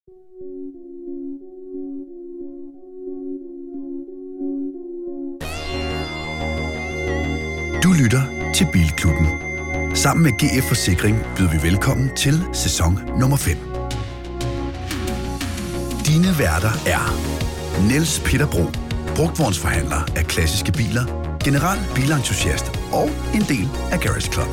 Du lytter til Bilklubben. Sammen med GF Forsikring byder vi velkommen til sæson nummer 5. Dine værter er Niels Peter Bro, brugtvognsforhandler af klassiske biler, general bilentusiast og en del af Garage Club.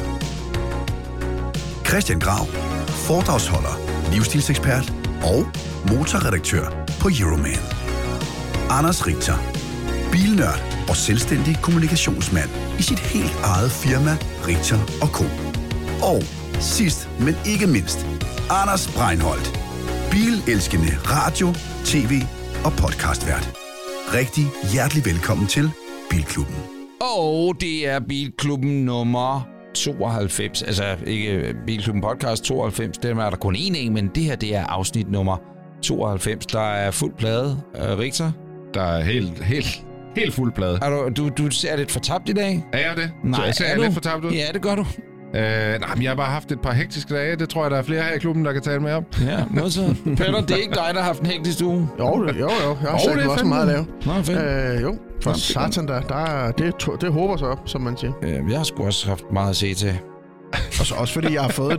Christian Grav, foredragsholder, livsstilsekspert og motorredaktør på Euroman. Anders Richter, bilnørd og selvstændig kommunikationsmand i sit helt eget firma Richter & Co. Og sidst, men ikke mindst, Anders Breinholt, bilelskende radio, tv og podcastvært. Rigtig hjertelig velkommen til Bilklubben. Og det er Bilklubben nummer 92. Altså ikke Bilklubben podcast 92, det er der kun én, men det her det er afsnit nummer 92. Der er fuld plade. Richter? Der er helt fuld plade. Er du ser lidt fortabt i dag? Er jeg det? Nej, ser jeg lidt fortabt ud? Ja, det gør du. Nej, men jeg har bare haft et par hektiske dage. Det tror jeg, der er flere her i klubben, der kan tale med om. Ja, noget så. Peter, det er ikke dig, der har haft en hektisk uge. Jo. Jeg har sagt også meget at lave. Nå, fedt. Jo, for satan det håber sig op, som man siger. Jeg har sgu også haft meget at se til. Også fordi jeg har fået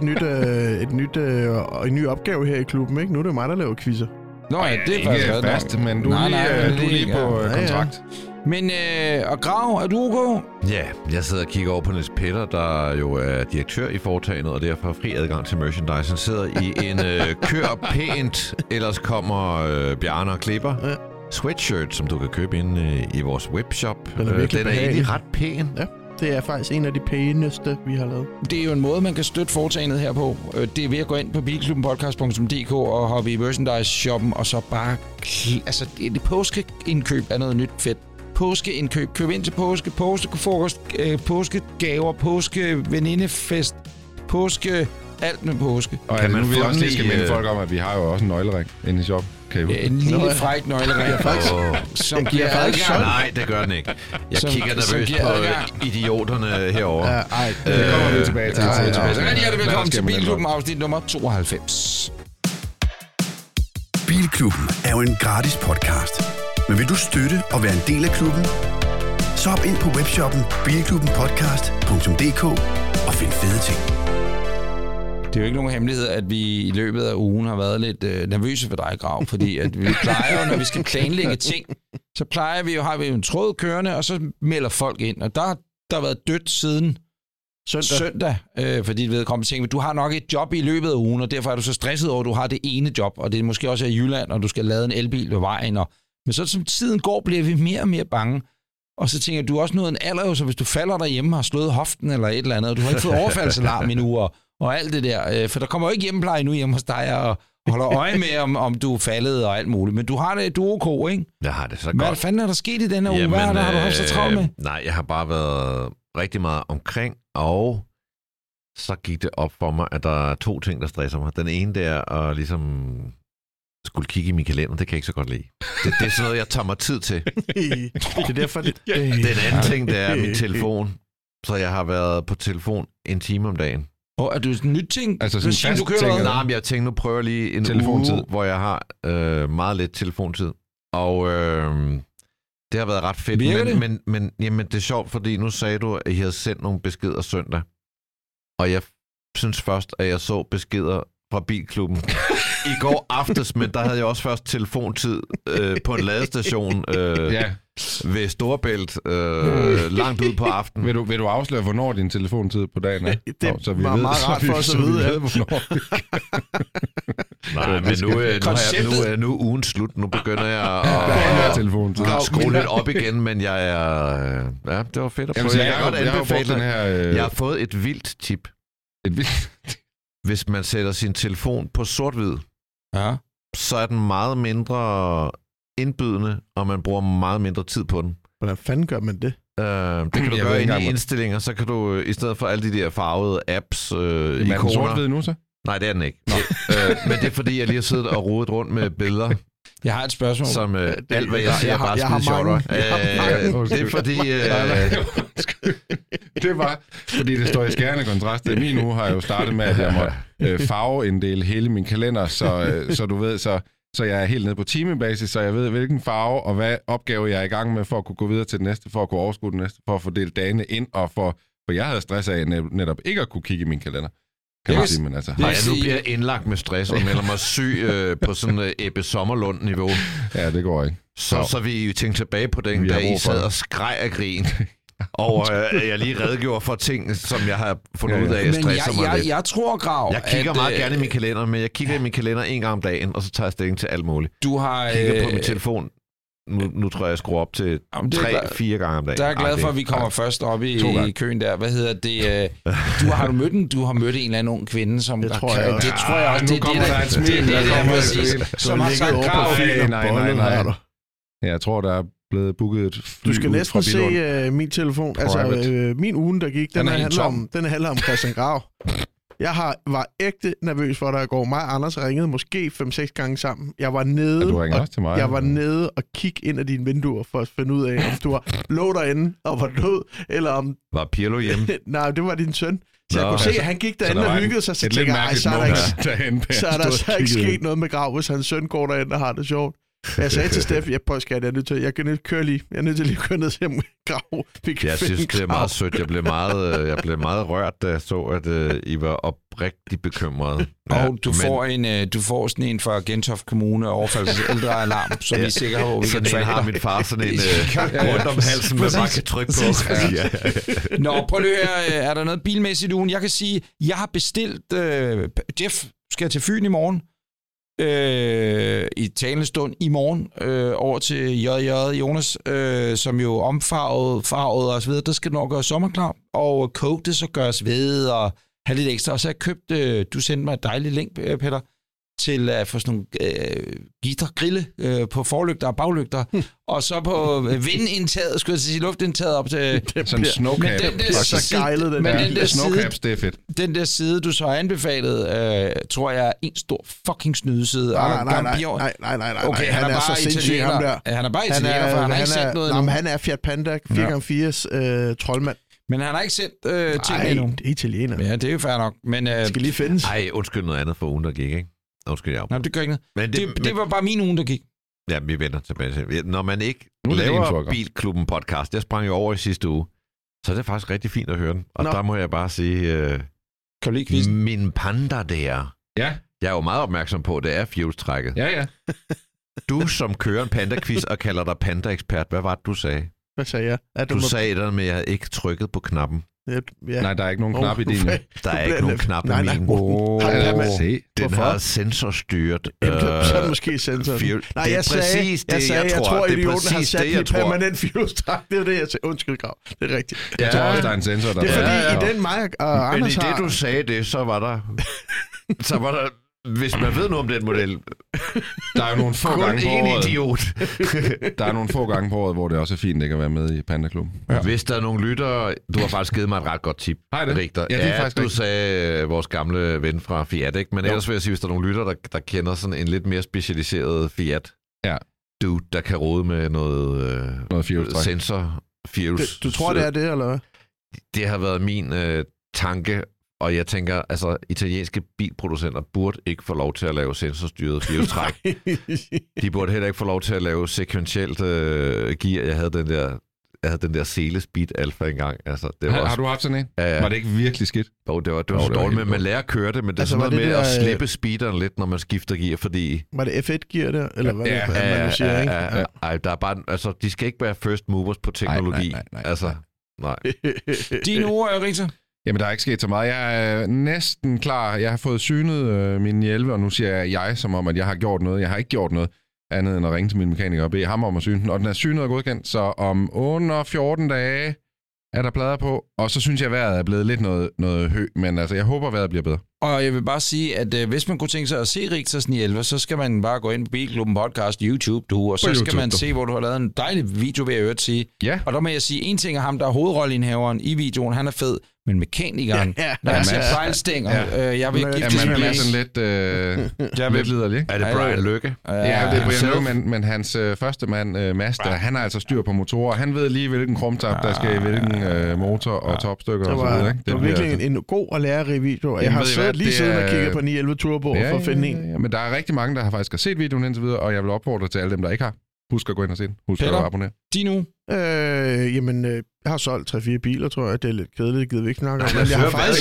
en ny opgave her i klubben, ikke? Nu er det mig, der laver quizzer. Nå ja, det er faktisk ikke fast, men du er lige på kontrakt. Men, og Grav, er du okay? Ja, jeg sidder og kigger over på Niels Peter, der jo er direktør i foretagendet, og derfor har fri adgang til merchandise. Han sidder i en kør pænt, ellers kommer Bjarne og klipper. Ja. Sweatshirt, som du kan købe inde i vores webshop. Den er egentlig ret pæn. Ja. Det er faktisk en af de pæneste, vi har lavet. Det er jo en måde, man kan støtte foretagendet her på. Det er ved at gå ind på bilklubbenpodcast.dk og hoppe i merchandise-shoppen, og så bare... Altså, det påskeindkøb er noget nyt fedt. Påskeindkøb. Køb ind til påske. Påskefrokost. Påskegaver. Påskevenindefest. Påske... Alt med påske. Og kan man nu vil også lige skal minde folk om, at vi har jo også en nøglering inde i shoppen. En lille fræk nøglering. Som giver faktisk... Nej, det gør den ikke. Jeg kigger nervøst på idioterne herovre. Det kommer vi tilbage til. Rigtig hjertelig velkommen til Bilklubben afsnit nummer 92. Bilklubben er jo en gratis podcast. Men vil du støtte og være en del af klubben? Så hop ind på webshoppen bilklubbenpodcast.dk og find fede ting. Det er jo ikke nogen hemmelighed, at vi i løbet af ugen har været lidt nervøse for dig, Grav, fordi at vi plejer jo, når vi skal planlægge ting, så plejer vi jo, har vi jo en tråd kørende, og så melder folk ind, og der har været dødt siden søndag fordi det vedkommende ting, du har nok et job i løbet af ugen, og derfor er du så stresset over, at du har det ene job, og det er måske også i Jylland, og du skal lade en elbil ved vejen, men så som tiden går, bliver vi mere og mere bange. Og så tænker du også noget en alder, så hvis du falder derhjemme og har slået hoften eller et eller andet, og du har ikke fået overfaldsalarm endnu, og alt det der. For der kommer jo ikke hjemmepleje nu hjemme hos dig og holder øje med, om du er faldet og alt muligt. Men du har det, du er okay, ikke? Jeg har det så godt. Hvad fanden er der sket i denne uge? Hvad har du haft så travlt med? Nej, jeg har bare været rigtig meget omkring, og så gik det op for mig, at der er 2 ting, der stresser mig. Den ene, det er at ligesom skulle kigge i min kalender, det kan jeg ikke så godt lide. Det er sådan noget, jeg tager mig tid til. Det er derfor, Den anden ting, det er min telefon. Så jeg har været på telefon 1 time om dagen. Og er du sådan en nyt ting? Altså sådan fast ting? Nej, men jeg tænkte, nu prøver lige en uge, hvor jeg har meget lidt telefontid. Og det har været ret fedt. Men jamen, det er sjovt, fordi nu sagde du, at I havde sendt nogle beskeder søndag. Og jeg synes først, at jeg så beskeder fra Bilklubben i går aftes, men der havde jeg også først telefontid på en ladestation ved Storebælt langt ud på aftenen. Vil du afsløre, hvornår din telefontid på dagen er? Det så vi var ved, meget rart for os at vide, hvornår. Nej, men nu er ugen slut. Nu begynder jeg at skrue lidt op igen, men jeg er... Ja, det var fedt at prøve. Jeg kan godt anbefale jeg har fået et vildt tip. Et vildt? Hvis man sætter sin telefon på sort-hvid, så er den meget mindre indbydende, og man bruger meget mindre tid på den. Hvordan fanden gør man det? Det kan du gøre inde i indstillinger, så kan du i stedet for alle de der farvede apps, ikoner... Er den sort-hvid nu så? Nej, det er den ikke. Men det er fordi, jeg lige har siddet og rodet rundt med billeder. Jeg har et spørgsmål. Som alt, hvad jeg siger, bare spille sjovere. Det er fordi... Det var, fordi det står i skærende kontrast. Min uge har jeg jo startet med, at jeg må farveinddele hele min kalender, så du ved, så jeg er helt nede på timebasis, så jeg ved, hvilken farve og hvad opgave jeg er i gang med, for at kunne gå videre til det næste, for at kunne overskue det næste, for at få delt dagene ind, og for jeg havde stress af netop ikke at kunne kigge i min kalender. Kan man sige, men altså. Nej, nu bliver jeg indlagt med stress og melder mig syg på sådan Ebbe Sommerlund-niveau. Ja, det går ikke. Så vi tænkte tilbage på den, da I sad og skreg af grin. Og jeg lige redegjorde for ting, som jeg har fundet ud af, at stresser mig lidt. Jeg tror, Grav... Jeg kigger meget gerne i min kalender, men jeg kigger i min kalender en gang om dagen, og så tager jeg stilling til alt muligt. Du har... kigger på min telefon. Nu tror jeg skruer op til 3-4 gange om dagen. Der er jeg glad for, at vi kommer først op i køen der. Hvad hedder det? Du har mødt en eller anden ung kvinde, som... Det tror jeg også. Det tror jeg også. Nu kommer der et smil. Som har sagt, Grav... Nej. Jeg tror, der er blevet booket et fly. Du skal næsten se min telefon. Altså, min uge, der gik, den handler om Christian Grav. Jeg var ægte nervøs for, da jeg går. Mig og Anders ringede måske 5-6 gange sammen. Jeg var nede, du ringer også til mig. Jeg var nede og kigge ind ad dine vinduer for at finde ud af, om du var lå derinde og var død, eller om... Var Pirlo hjemme? Nej, det var din søn. Så jeg kunne se, at han gik derinde og hyggede sig, så tænkte jeg, så er der ikke sket noget med Grav, hvis hans søn går derinde og har det sjovt. Jeg sagde til Steff, jeg er nødt til at køre lige. Jeg er nødt til at lige køre ned til Grav. Jeg synes, det er meget sødt. Jeg blev meget rørt, da jeg så, at I var oprigtigt bekymrede. Og du får sådan en fra Gentofte Kommune overfalds ældrealarm, som I sikkert har, vi kan track. Har min far sådan en rundt om halsen, man bare kan trykke på. Nå, prøv lige at høre, er der noget bilmæssigt i ugen? Jeg kan sige, jeg har bestilt... Jeff skal til Fyn i morgen. I talende stund i morgen over til JJ Jonas, som jo omfarvet og så videre. Der skal nok gøre sommerklar, og koge det, så gøres ved og have lidt ekstra. Og så har jeg købt, du sendte mig et dejligt link, Peter, til at få sådan nogle grille på forlygter og baglygter, og så på vindindtaget, skulle jeg sige, luftindtaget op til... Sådan en snowcap. Snowcaps, det er fedt. Den der side, du så har anbefalet, tror jeg er en stor fucking snydeside. Nej. Okay, han er så sindssyg, ham der. Han er bare italiener, for han har ikke sendt noget endnu. Han er Fiat Panda 4x4's troldmand. Men han har ikke sendt ting endnu. Det er italiener. Ja, det er jo fair nok. Men, skal lige findes. Ej, undskyld noget andet for ugen, der gik, ikke? Nej, det gør ikke noget. Det var bare min uge, der gik. Ja, vi vender tilbage til. Når man ikke laver Bilklubben podcast, jeg sprang jo over i sidste uge, så er det faktisk rigtig fint at høre den. Og der må jeg bare sige, kan du lige min panda der. Ja. Jeg er jo meget opmærksom på, at det er fjolstrækket. Ja. Du som kører en panda-quiz og kalder dig panda-ekspert, hvad var det, du sagde? Hvad sagde jeg? Du sagde det med, at jeg ikke trykket på knappen. Ja. Nej, der er ikke nogen knap i din. Der er ikke nogen knap i min. Den har sensorstyret. Så er det måske sensoren. Nej, jeg sagde, jeg tror, at idioten har sat i permanent fjolstræk. Det er det, jeg sagde. Undskyld, Grav. Det er rigtigt. Jeg tror også, der er en sensor der. Det er fordi, i den mig og Anders har... Men i det, du sagde det, så var der... Hvis man ved noget om den model... Der er jo nogle få gange på året. Idiot. Der er nogle få gange på året, hvor det også er fint ikke at være med i Panda Klub. Ja. Hvis der er nogle lyttere... Du har faktisk givet mig et ret godt tip, Richter. Ja, det er faktisk du sagde vores gamle ven fra Fiat, ikke? Men ellers vil jeg sige, hvis der er nogle lyttere, der kender sådan en lidt mere specialiseret Fiat, dude, der kan rode med noget sensor. Du tror, det er det, eller hvad? Det har været min tanke. Og jeg tænker, altså, italienske bilproducenter burde ikke få lov til at lave sensorstyret firehjulstræk. De burde heller ikke få lov til at lave sekventielt gear. Jeg havde den der Sele Speed Alpha engang. Altså, det var har du haft sådan en? Var det ikke virkelig skidt? Jo, det var så dårligt, men man lærer at køre det, men det er sådan noget med at slippe speederen lidt, når man skifter gear, fordi... Var det F1-gear der? Eller hvad det man siger, ikke? Ej, der er bare... Altså, de skal ikke være first movers på teknologi. Nej. Altså, nej. Dine ord, Rita? Jamen, der er ikke sket så meget. Jeg er næsten klar. Jeg har fået synet min hjælpe, og nu siger jeg som om, at jeg har gjort noget. Jeg har ikke gjort noget andet end at ringe til min mekaniker og bede ham om at syne den. Og den er synet og godkendt, så om under 14 dage er der plader på. Og så synes jeg, at vejret er blevet lidt noget hø, men altså, jeg håber, at vejret bliver bedre. Og jeg vil bare sige, at hvis man kunne tænke sig at se Richters 911, så skal man bare gå ind på Bilklubben Podcast YouTube, og så skal man se, hvor du har lavet en dejlig video, ved at høre til. Ja. Og der må jeg sige, en ting er ham, der er hovedrolleindhaveren i videoen, han er fed, men mekanikeren, når han siger fejlstænger, jeg vil ikke gifte man er sådan lidt liderlig, ikke? Er det Brian Lykke? Ja, det er Brian Lykke, men hans første mand, Mazda, han har altså styr på motorer. Han ved lige, hvilken krumtap, der skal i hvilken motor og topstykker og så videre, ikke? Det var virkelig en god og lærerig video. Jeg har siddet lige siden og kigget på 911 Turbo for at finde en. Ja, men der er rigtig mange, der har faktisk set videoen indtil videre, og jeg vil opfordre til alle dem, der ikke har. Husk at gå ind og se den. Husk at abonnere. Dino? Jeg har solgt 3-4 biler, tror jeg. Det er lidt kedeligt, det gider vi ikke snakke om. Jeg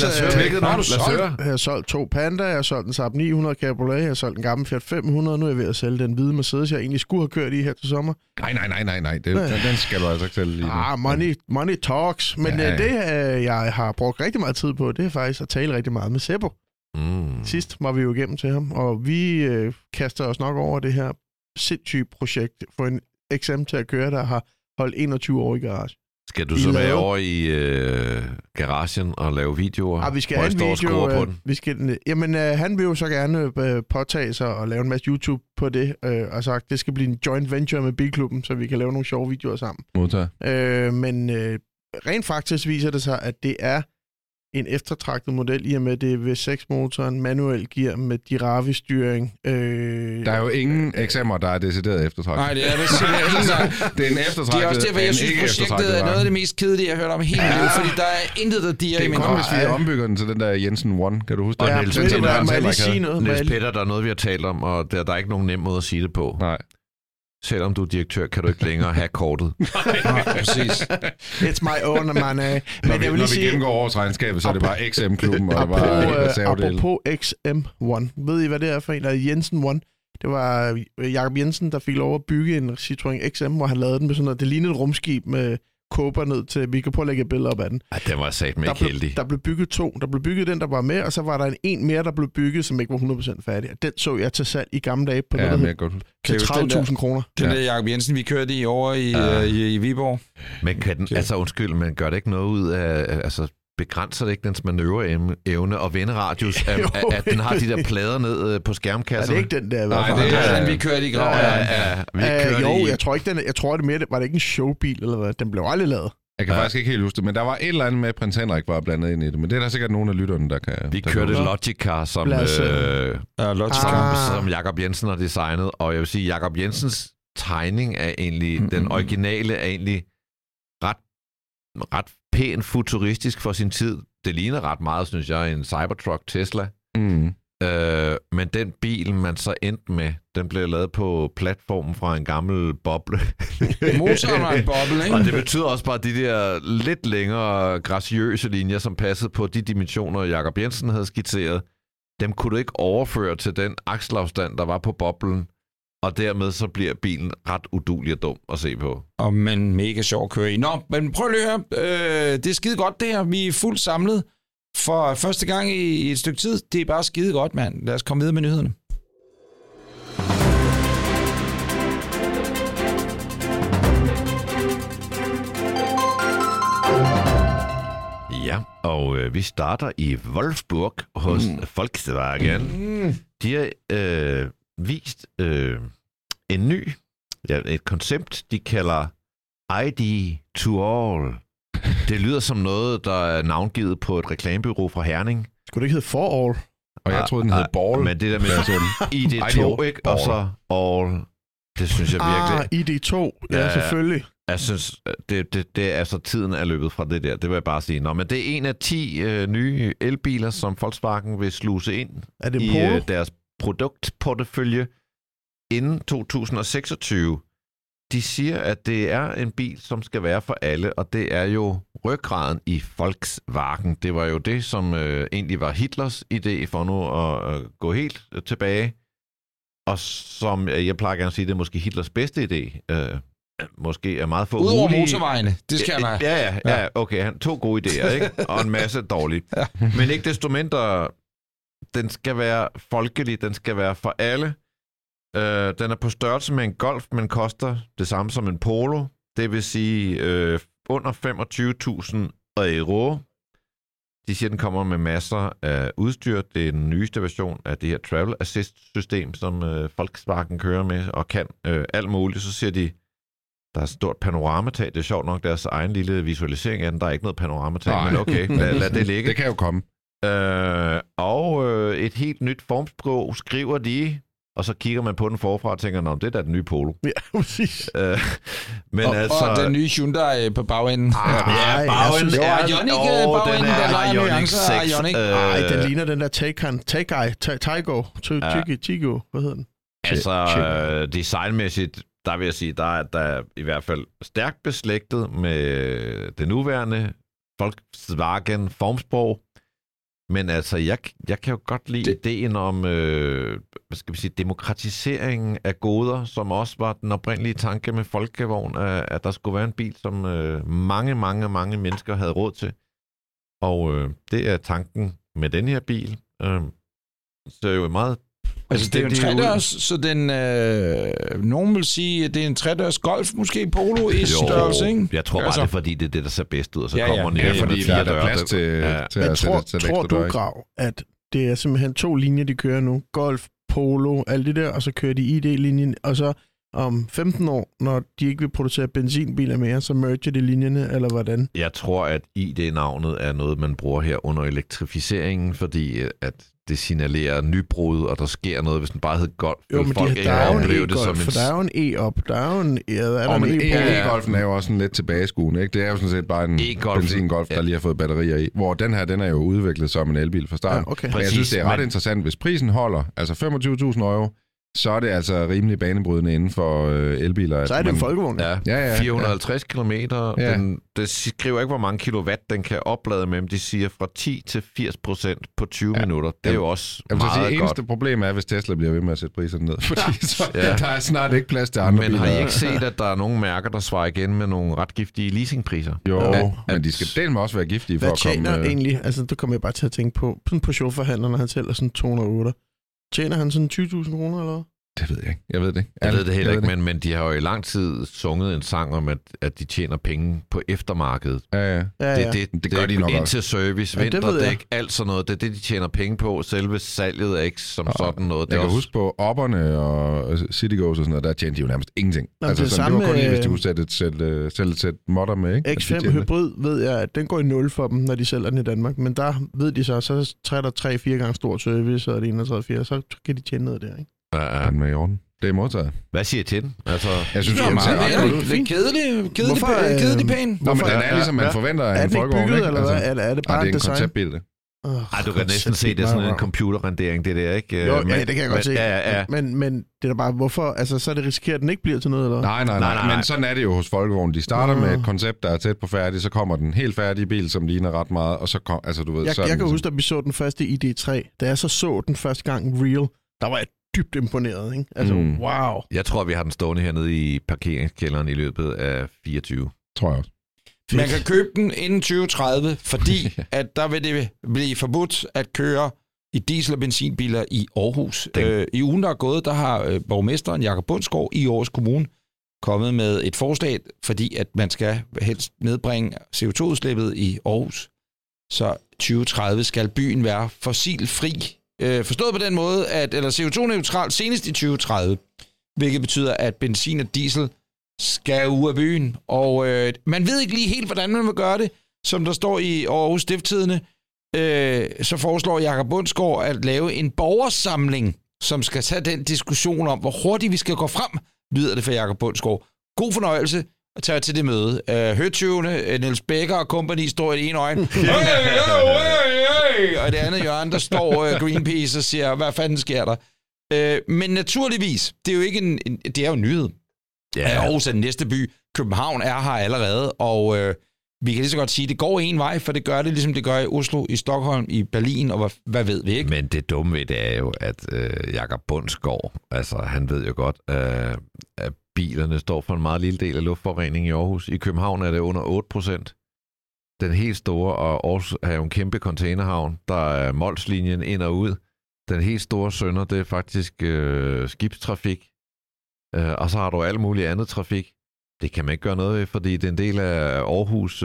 har solgt 2 Panda, jeg har solgt en Saab 900 Cabriolet, jeg har solgt en gammel Fiat 500, nu er jeg ved at sælge den hvide Mercedes, jeg egentlig skulle have kørt i her til sommer. Nej. Den skal du altså ikke sælge lige nu. Money talks. Men det, jeg har brugt rigtig meget tid på, det er faktisk at tale rigtig meget med Seppo. Sidst var vi jo igennem til ham, og vi kaster os nok over det her sindssygt projekt for en XM til at køre, der har holdt 21 år i garage. Skal du så være over i garagen og lave videoer? Vi skal have en video. Han vil jo så gerne påtage sig og lave en masse YouTube på det, og sagt, det skal blive en joint venture med Bilklubben, så vi kan lave nogle sjove videoer sammen. Men rent faktisk viser det sig, at det er en eftertragtet model, i og med det er V6-motoren, manuel gear med Diravi-styring. Der er jo ingen XM'er, der er decideret eftertragtet. Nej, det er det simpelthen. Det er en eftertragtet. Det er også derfor, jeg synes, projektet er noget af det mest kedelige, jeg har hørt om hele livet, fordi der er intet, der diger i min krop. Det er kun, hvis vi ombygger den til den der Jensen One. Kan du huske det? Og Niels Petter, der er noget, vi har talt om, og der er ikke nogen nem måde at sige det på. Nej. Selvom du er direktør, kan du ikke længere have kortet. Nej, præcis. It's my own money. Når vi gennemgår årsregnskabet, så er det bare XM-klubben, og det var reservedelen. Apropos XM1. Ved I, hvad det er for en? Der er Jensen One. Det var Jakob Jensen, der fik lov at bygge en Citroën XM, hvor han lavede den med sådan noget. Det lignede et rumskib med kåber ned til. Vi kan prøve at lægge et billede op af den. Ej, den var sagt med ikke heldig. Der blev bygget 2. Der blev bygget den, der var med, og så var der en mere, der blev bygget, som ikke var 100% færdig. Den så jeg til salg i gamle dage på til 30.000 kroner. Den der Jakob Jensen, vi kørte i over i Viborg. Men kan den, undskyld, men gør det ikke noget ud af, begrænser det ikke dens manøvreevne og venderadius, at den har de der plader ned på skærmkasserne? Ja, det er ikke den der. Nej, det er den, vi kørte i grav. Jeg tror ikke, jeg tror, det mere, var det ikke en showbil, eller hvad? Den blev aldrig lavet. Jeg kan faktisk ikke helt huske det, men der var et eller andet med, at Prins Henrik var blandet ind i det, men det er der sikkert nogle af lytterne, der kan... Vi kørte Logicar, som Jakob Jensen har designet, og jeg vil sige, Jakob Jensens tegning er egentlig, den originale er egentlig ret pæn futuristisk for sin tid. Det ligner ret meget, synes jeg, en Cybertruck Tesla. Men den bil, man så endte med, den blev lavet på platformen fra en gammel boble. Motoren var en boble, ikke? Og det betyder også bare, de der lidt længere graciøse linjer, som passede på de dimensioner, Jakob Jensen havde skitseret, dem kunne du ikke overføre til den akselafstand, der var på boblen. Og dermed så bliver bilen ret uduelig og dum at se på. Og men mega sjov at køre i. Nå, men prøv lige at høre. Det er skide godt det her. Vi er fuldt samlet for første gang i et stykke tid. Det er bare skide godt, mand. Lad os komme videre med nyhederne. Ja, og vi starter i Wolfsburg hos Volkswagen. De har vist et koncept, de kalder ID to All. Det lyder som noget, der er navngivet på et reklamebureau fra Herning. Skulle det ikke hedde For All? Og jeg troede, den hed Ball. Men det der med ID2, ikke? Og så All. Det synes jeg virkelig... ID2, ja, selvfølgelig. Jeg synes, det er altså tiden er løbet fra det der. Det vil jeg bare sige. Nå, men det er en af 10 nye elbiler, som Volkswagen vil sluse ind i deres produktportefølje inden 2026. De siger, at det er en bil, som skal være for alle, og det er jo ryggraden i Volkswagen. Det var jo det, som egentlig var Hitlers idé for nu at gå helt tilbage. Og som jeg plejer gerne at sige, det er måske Hitlers bedste idé. Måske er meget for umulige. Udover motorvejene, det skal han have. Ja, okay, han tog gode idéer, ikke? Og en masse dårlige. Ja. Men ikke desto mindre, den skal være folkelig, den skal være for alle. Den er på størrelse med en Golf, men koster det samme som en Polo. Det vil sige under 25.000 euro. De siger, den kommer med masser af udstyr. Det er den nyeste version af det her Travel Assist-system, som Volkswagen kører med og kan alt muligt. Så siger de, der er et stort panoramatag. Det er sjovt nok deres egen lille visualisering af den. Der er ikke noget panoramatag, men okay, lad det ligge. Det kan jo komme. Og et helt nyt formsprog skriver de, og så kigger man på den forfra og tænker, det er da den nye Polo. Ja, præcis. Men og den nye Hyundai på bagenden. Bagenden er Ioniq bagenden. Den er Ioniq 6. Nej, den ligner den der Tigo. Hvad hedder den? Altså, designmæssigt, der vil jeg sige, der er i hvert fald stærkt beslægtet med det nuværende Volkswagen formsprog. Men altså, jeg kan jo godt lide ideen om, demokratiseringen af goder, som også var den oprindelige tanke med Folkevogn, at der skulle være en bil, som mange mennesker havde råd til. Og det er tanken med den her bil. Så er jo meget... Altså, det er jo en tredørs, så den... nogen vil sige, at det er en tredørs Golf, måske Polo i størrelse, ikke? Jeg tror bare, det er fordi, det er det, der ser bedst ud, og så kommer den fordi der er plads til at sætte tror du, Grav, at det er simpelthen 2 linjer, de kører nu? Golf, Polo, alt det der, og så kører de ID-linjen, og så om 15 år, når de ikke vil producere benzinbiler mere, så merger de linjerne, eller hvordan? Jeg tror, at ID-navnet er noget, man bruger her under elektrificeringen, fordi at det signalerer nybrud, og der sker noget, hvis den bare hedder Golf. Jo, men der er jo en e-Golf, for der er jo en e-op. Der er jo en e-Golfen er jo også sådan lidt tilbageskuende, ikke? Det er jo sådan set bare en benzingolf, der lige har fået batterier i, hvor den her, den er jo udviklet som en elbil fra starten. Ja, okay. Men jeg synes, det er ret interessant, hvis prisen holder, altså 25.000 euro, så er det altså rimelig banebrydende inden for elbiler. Så er det en folkevogn. Ja. 450 kilometer. Ja. Det skriver ikke, hvor mange kilowatt den kan oplade med, men de siger fra 10 til 80% på 20 minutter. Det er jo også meget godt. Det eneste problem er, hvis Tesla bliver ved med at sætte priserne ned, fordi der er snart ikke plads til andre biler. Men har I ikke set, at der er nogle mærker, der svarer igen med nogle ret giftige leasingpriser? Jo, men de skal delt med også være giftige for at komme... Hvad tjener egentlig? Altså, det kommer jeg bare til at tænke på. Sådan på chaufførhandler, når han sælger sådan 208. Tjener han sådan 20.000 kroner, eller? Det ved jeg ikke. Jeg ved det ikke. Jeg ved det heller ikke, men de har jo i lang tid sunget en sang om, at de tjener penge på eftermarkedet. Ja. Det gør de nok også. Indtil service, vinterdæk, alt sådan noget. Det er det, de tjener penge på. Selve salget er ikke som sådan noget. Jeg kan huske på Opperne og Citygoes og sådan noget, der tjente de jo nærmest ingenting. Nå, altså, det var kun lige, hvis de kunne sætte et sæt modder med, ikke? X5 Hybrid ved jeg, at den går i 0 for dem, når de sælger den i Danmark. Men der ved de så træder 3-4 gange stor service, og det 31-4, så kan de tjene noget der, ikke? Ja. Den med i orden. Det er modtaget. Hvad siger I til den? Altså, jeg synes, det er meget kedelig pæn. Nå, men den er ligesom, man forventer af en folkevogn, ikke? Eller hvad? Er det bare det er en konceptbil, det. Du kan næsten se, det er sådan en computerrendering, det der, ikke? Jo, det kan jeg godt se. Ja. Men det er da bare, hvorfor? Altså, så er det risikeret, at den ikke bliver til noget, eller? Nej. Men sådan er det jo hos folkevognen. De starter med et koncept, der er tæt på færdig, så kommer den helt færdige bil, som ligner ret meget, og så altså, du ved... Jeg kan huske, at vi så den første ID3. Da jeg så den første gang real, der var jeg dybt imponeret, ikke? Altså, wow. Jeg tror, vi har den stående hernede i parkeringskælderen i løbet af 24. Tror jeg også. Man kan købe den inden 2030, fordi at der vil det blive forbudt at køre i diesel- og benzinbiler i Aarhus. I ugen, der er gået, der har borgmesteren Jakob Bundsgaard i Aarhus Kommune kommet med et forslag, fordi at man skal helst nedbringe CO2-udslippet i Aarhus. Så 2030 skal byen være fossilfri. Forstået på den måde, eller CO2-neutral senest i 2030, hvilket betyder, at benzin og diesel skal ud af byen. Og man ved ikke lige helt, hvordan man vil gøre det. Som der står i Aarhus Stiftstidende, så foreslår Jakob Bundsgaard at lave en borgersamling, som skal tage den diskussion om, hvor hurtigt vi skal gå frem, lyder det for Jakob Bundsgaard. God fornøjelse at tage til det møde. Høtyvene, Niels Becker og company står i det ene øjne. Og i det andet hjørne, der står Greenpeace og siger, hvad fanden sker der? Men naturligvis, det er jo ikke det er jo en nyhed. Aarhus er den næste by. København er her allerede, og vi kan lige så godt sige, at det går en vej, for det gør det, ligesom det gør i Oslo, i Stockholm, i Berlin, og hvad ved vi ikke? Men det dumme ved det er jo, at Jakob Bundsgaard, altså han ved jo godt, at bilerne står for en meget lille del af luftforureningen i Aarhus. I København er det under 8%. Den helt store, og Aarhus er jo en kæmpe containerhavn. Der er Molslinjen ind og ud. Den helt store sønder, det er faktisk skibstrafik. Og så har du alt muligt andet trafik. Det kan man ikke gøre noget ved, fordi det er en del af Aarhus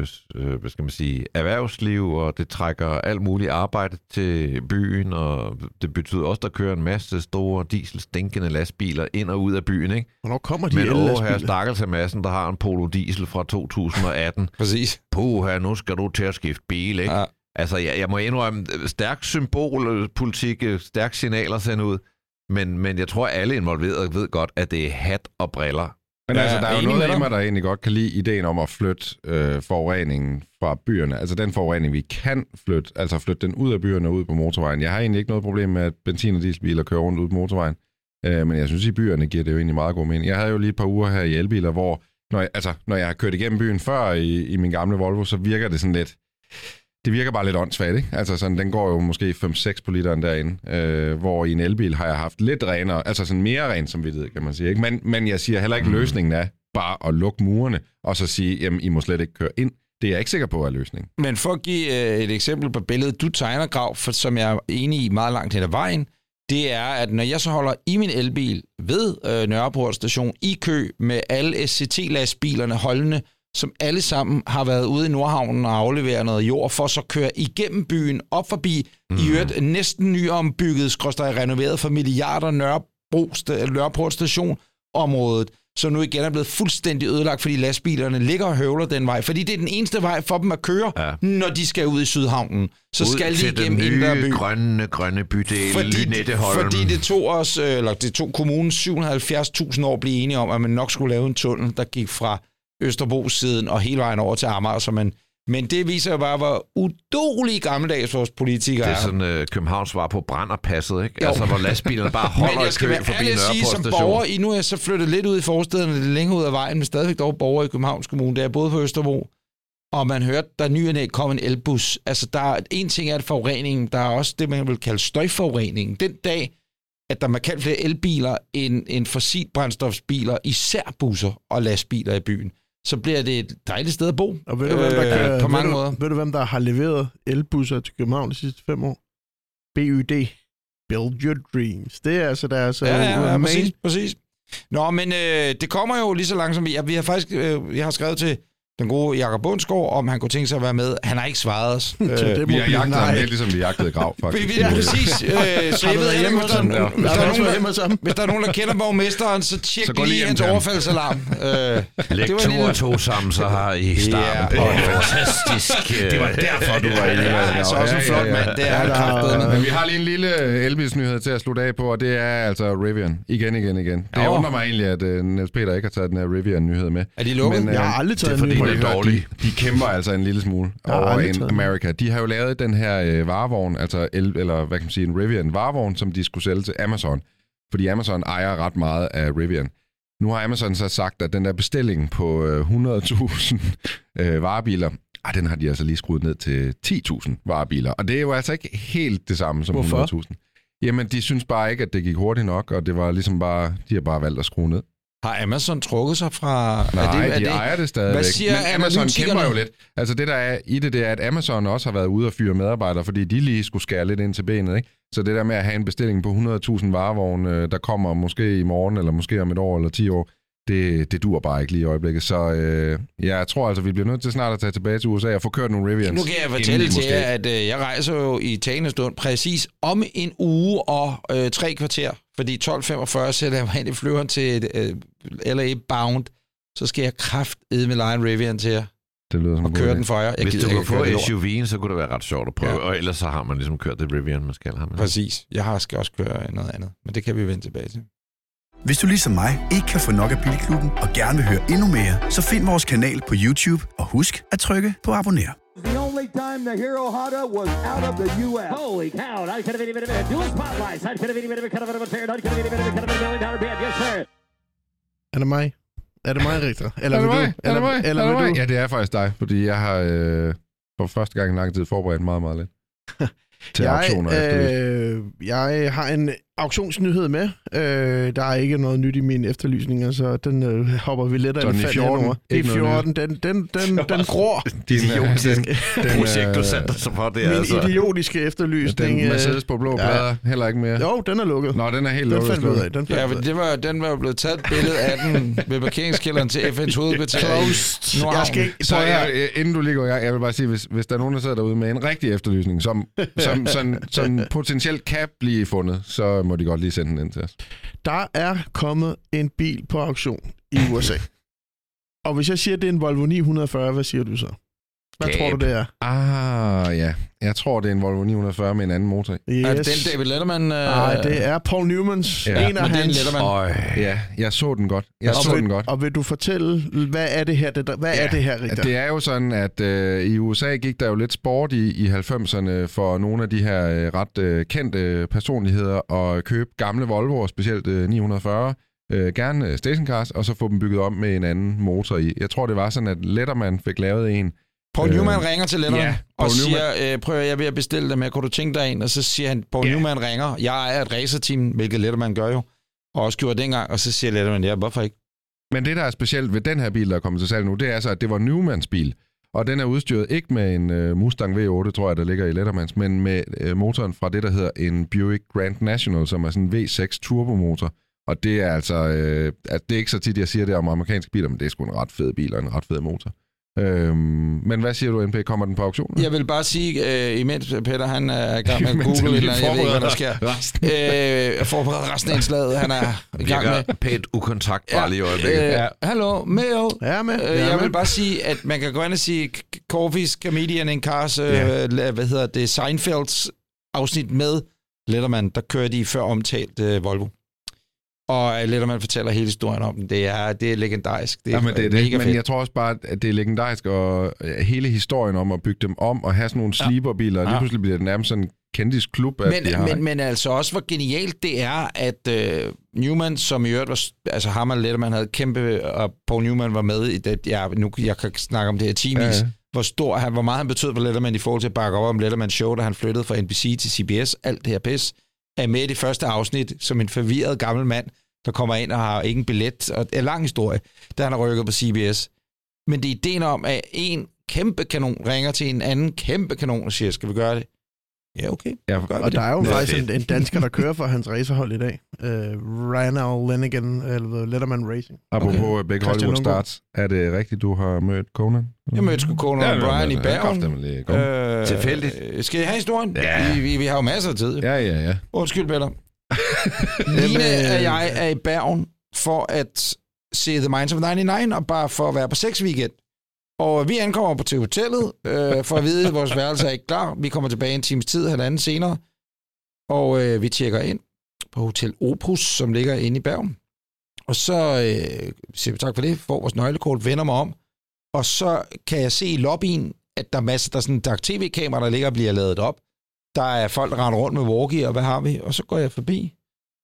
erhvervsliv, og det trækker alt muligt arbejde til byen, og det betyder også, at der kører en masse store dieselstinkende lastbiler ind og ud af byen, ikke? Hvornår kommer de lastbiler? Men her stakkels af massen, der har en Polo Diesel fra 2018. Præcis. Puh, nu skal du til at skifte bil, ikke? Ja. Altså, jeg må indrømme, stærk symbolpolitik, stærk signal at sende ud, men jeg tror, alle involverede ved godt, at det er hat og briller. Men altså, der er jo noget i mig, der egentlig godt kan lide ideen om at flytte forureningen fra byerne. Altså den forurening, vi kan flytte, altså flytte den ud af byerne og ud på motorvejen. Jeg har egentlig ikke noget problem med, at benzin- og dieselbiler kører rundt ud på motorvejen. Men jeg synes, i byerne giver det jo egentlig meget god mening. Jeg havde jo lige et par uger her i elbiler, hvor når jeg har kørt igennem byen før i min gamle Volvo, så virker det sådan lidt... Det virker bare lidt åndssvagt, ikke? Altså sådan, den går jo måske 5-6 på literen derinde, hvor i en elbil har jeg haft lidt renere, altså sådan mere ren samvittighed, kan man sige, ikke? Men jeg siger heller ikke, løsningen er bare at lukke murene, og så sige, jamen, I må slet ikke køre ind. Det er jeg ikke sikker på, er løsningen. Men for at give et eksempel på billedet, du tegner, Grav, som jeg er enig i meget langt hen ad vejen, det er, at når jeg så holder i min elbil ved Nørreport station i kø med alle SCT-lastbilerne holdende, som alle sammen har været ude i Nordhavnen og afleveret noget jord, for så køre igennem byen, op forbi, i øvrigt næsten nyombygget, renoveret for milliarder Nørreport station-området, som nu igen er blevet fuldstændig ødelagt, fordi lastbilerne ligger og høvler den vej, fordi det er den eneste vej for dem at køre, når de skal ud i Sydhavnen. Så ud skal de igennem Indre By. grønne bydel, Lynetteholm. Fordi det tog kommunen 770.000 år at blive enige om, at man nok skulle lave en tunnel, der gik fra Østerbro-siden og hele vejen over til Amager, men det viser jo bare, hvor udolig gammeldags vores politikere er. Det er sådan Københavns var på Branderpasset, ikke? Jo. Altså, hvor lastbilerne bare holder i kø forbi Nørreport station. Som borger, nu er jeg så flyttet lidt ud i forstederne, lidt længere ud af vejen, men stadigvæk dog borger i Københavns Kommune, der er både på Østerbro, og man hørte, der nyerne kom en elbus. Altså, der er en ting er forureningen, der er også det, man vil kalde støjforureningen. Den dag, at der er markant flere elbiler end fossilbrændstofsbiler, især busser og lastbiler i byen, så bliver det et dejligt sted at bo. Og ved du, på mange måder. Ved du, hvem der har leveret elbusser til København de sidste 5 år? BYD. Build Your Dreams. Det er altså deres... Ja, præcis. Nå, men det kommer jo lige så langsomt. Jeg har skrevet til den gode Jakob Bundsgaard, om han kunne tænke sig at være med. Han har ikke svaret os. Vi har jagtet ham helt, ligesom vi jagtede Grav, faktisk. Ja, præcis. Så jeg ved ikke, hvis der er nogen, der kender borgmesteren, så tjek lige hans overfaldsalarm. Læg 2 og 2 sammen, så har I starten på en fantastisk... Det var derfor, du var inde. Altså også en flot mand. Det er kraftet. Men vi har lige en lille elbilsnyhed til at slutte af på, og det er altså Rivian. Igen. Det undrer mig egentlig, at Niels Peter ikke har taget den her Rivian-nyhed med. Er de lukket? Jeg har aldrig taget den. De kæmper altså en lille smule over in America. De har jo lavet den her varevogn, altså eller hvad kan man sige, en Rivian varevogn, som de skulle sælge til Amazon. Fordi Amazon ejer ret meget af Rivian. Nu har Amazon så sagt, at den der bestilling på 100.000 varebiler, den har de altså lige skruet ned til 10.000 varebiler. Og det er jo altså ikke helt det samme som 100.000. Jamen, de synes bare ikke, at det gik hurtigt nok, og det var ligesom bare, de har bare valgt at skrue ned. Har Amazon trukket sig fra... Nej, de ejer det stadigvæk. Hvad siger men Amazon kæmper jo lidt. Altså det, der er i det er, at Amazon også har været ude og fyre medarbejdere, fordi de lige skulle skære lidt ind til benet, ikke? Så det der med at have en bestilling på 100.000 varevogne, der kommer måske i morgen, eller måske om et år eller 10 år, det dur bare ikke lige i øjeblikket. Så jeg tror altså, vi bliver nødt til snart at tage tilbage til USA og få kørt nogle Rivians. Nu kan jeg fortælle til jer, at jeg rejser jo i talende stund præcis om en uge og 3 kvarter. Fordi 12.45 sætter jeg mig ind i flyveren til LA Bound. Så skal jeg kraftedme lege en Rivian til jer. Det lyder som og køre den for jer. Hvis du kan få SUV'en, så kunne det være ret sjovt at prøve. Ja. Og ellers så har man ligesom kørt det Rivian, man skal have med. Præcis. Jeg skal også køre noget andet. Men det kan vi vende tilbage til. Hvis du ligesom mig ikke kan få nok af Bilklubben og gerne vil høre endnu mere, så find vores kanal på YouTube og husk at trykke på abonner. The only time the Hero Honda was out of the U.S. Holy cow! I could have been a dual spotlights. I could have been a cut of a fair. I could have been a cut of $1 million bid. Yes, sir. Er det mig? Er det mig, Richter? Eller er det vil mig? du? Eller vil du? Ja, det er faktisk dig, fordi jeg har for første gang i lang tid forberedt meget, meget lidt. Til auktioner jeg har en auktionsnyhed med. Der er ikke noget nyt i min efterlysning, så den hopper vi lidt af en fald over. Det er 14. Den gror. Projekt, du satte sig for det. Min idiotiske efterlysning. Den Mercedes på blå plader, heller ikke mere. Jo, den er lukket. Nå, den er helt lukket. Den var jo blevet taget et billede af den ved parkeringskælderen til FN's hovedkvarter. Inden du lige går i gang, jeg vil bare sige, hvis der er nogen, der sidder derude med en rigtig efterlysning, som sådan potentielt kan blive fundet, så må de godt lige sende den ind til os. Der er kommet en bil på auktion i USA. Og hvis jeg siger, at det er en Volvo 940, hvad siger du så? Hvad tror du, det er? Ja. Jeg tror, det er en Volvo 940 med en anden motor. Yes. Er det den David Letterman? Nej, det er Paul Newmans. En af hans. Ja, jeg så den godt. Og vil du fortælle, hvad er det her? Hvad er det her, Ritter? Det er jo sådan, at i USA gik der jo lidt sport i 90'erne for nogle af de her ret kendte personligheder at købe gamle Volvoer, specielt 940. Gerne stationcars, og så få dem bygget om med en anden motor i. Jeg tror, det var sådan, at Letterman fik lavet en. Paul Newman ringer til Letterman og siger, prøv jeg er ved at bestille dem her, kunne du tænke dig en? Og så siger han, Paul Newman ringer, jeg er et racerteam, hvilket Letterman gør jo, og også gjorde dengang, og så siger Letterman, hvorfor ikke? Men det, der er specielt ved den her bil, der er kommet til salg nu, det er altså, at det var Newmans bil, og den er udstyret ikke med en Mustang V8, tror jeg, der ligger i Lettermans, men med motoren fra det, der hedder en Buick Grand National, som er sådan en V6 turbomotor. Og det er altså, det er ikke så tit, jeg siger det om amerikanske biler, men det er sgu en ret fed bil og en ret fed motor. Men hvad siger du, NP? Kommer den på auktionen? Jeg vil bare sige, imens Peter han er i gang med at google, eller jeg ved ikke, hvad der sker. Forbereder resten af indslaget, han er i gang med. Pænt ukontaktbar lige i øjeblikket. Hallo, Mayo. Ja, med. Jeg vil bare sige, at man kan gå ind og sige, Coffee's Comedian in Cars, Seinfelds afsnit med Letterman, der kører de før omtalt Volvo. Og Letterman fortæller hele historien om den. Det er legendarisk. Det er mega fedt. Men jeg tror også bare, at det er legendarisk, og hele historien om at bygge dem om, og have sådan nogle sleeperbiler, og lige pludselig bliver det nærmest sådan en kendisklub, at de har. Men altså også, hvor genialt det er, at Newman, som i øvrigt var, altså ham og Letterman havde kæmpe, og Paul Newman var med i det, jeg kan snakke om det her teamis, hvor meget han betød for Letterman i forhold til at bakke op om Lettermans show, da han flyttede fra NBC til CBS, alt det her pis, er med i det første afsnit som en forvirret gammel mand, der kommer ind og har ikke en billet, og det er en lang historie, da han har rykket på CBS. Men det er ideen om, at en kæmpe kanon ringer til en anden kæmpe kanon og siger, skal vi gøre det? Ja, okay. Og der er jo faktisk en dansker, der kører for hans racerhold i dag. Ryan Lenigan, eller Letterman Racing. Apropos Big Hollywood Starts, er det rigtigt, du har mødt Conan? Jeg mødte sgu Conan og Brian i Bergen. Tilfældigt. Skal I have historien? Ja. Vi har jo masser af tid. Ja. Undskyld, Peter. Line og jeg er i Bergen for at se The Minds of 99, og bare for at være på 6 weekend. Og vi ankommer til hotellet, for at vide, at vores værelse er ikke klar. Vi kommer tilbage en times tid, halvanden senere. Og vi tjekker ind på Hotel Opus, som ligger inde i Bergen. Og så siger vi tak for det, får vores nøglekort, vender mig om. Og så kan jeg se i lobbyen, at der er masser, der er sådan en tv-kamera, der ligger og bliver ladet op. Der er folk, der render rundt med walkie, og hvad har vi? Og så går jeg forbi.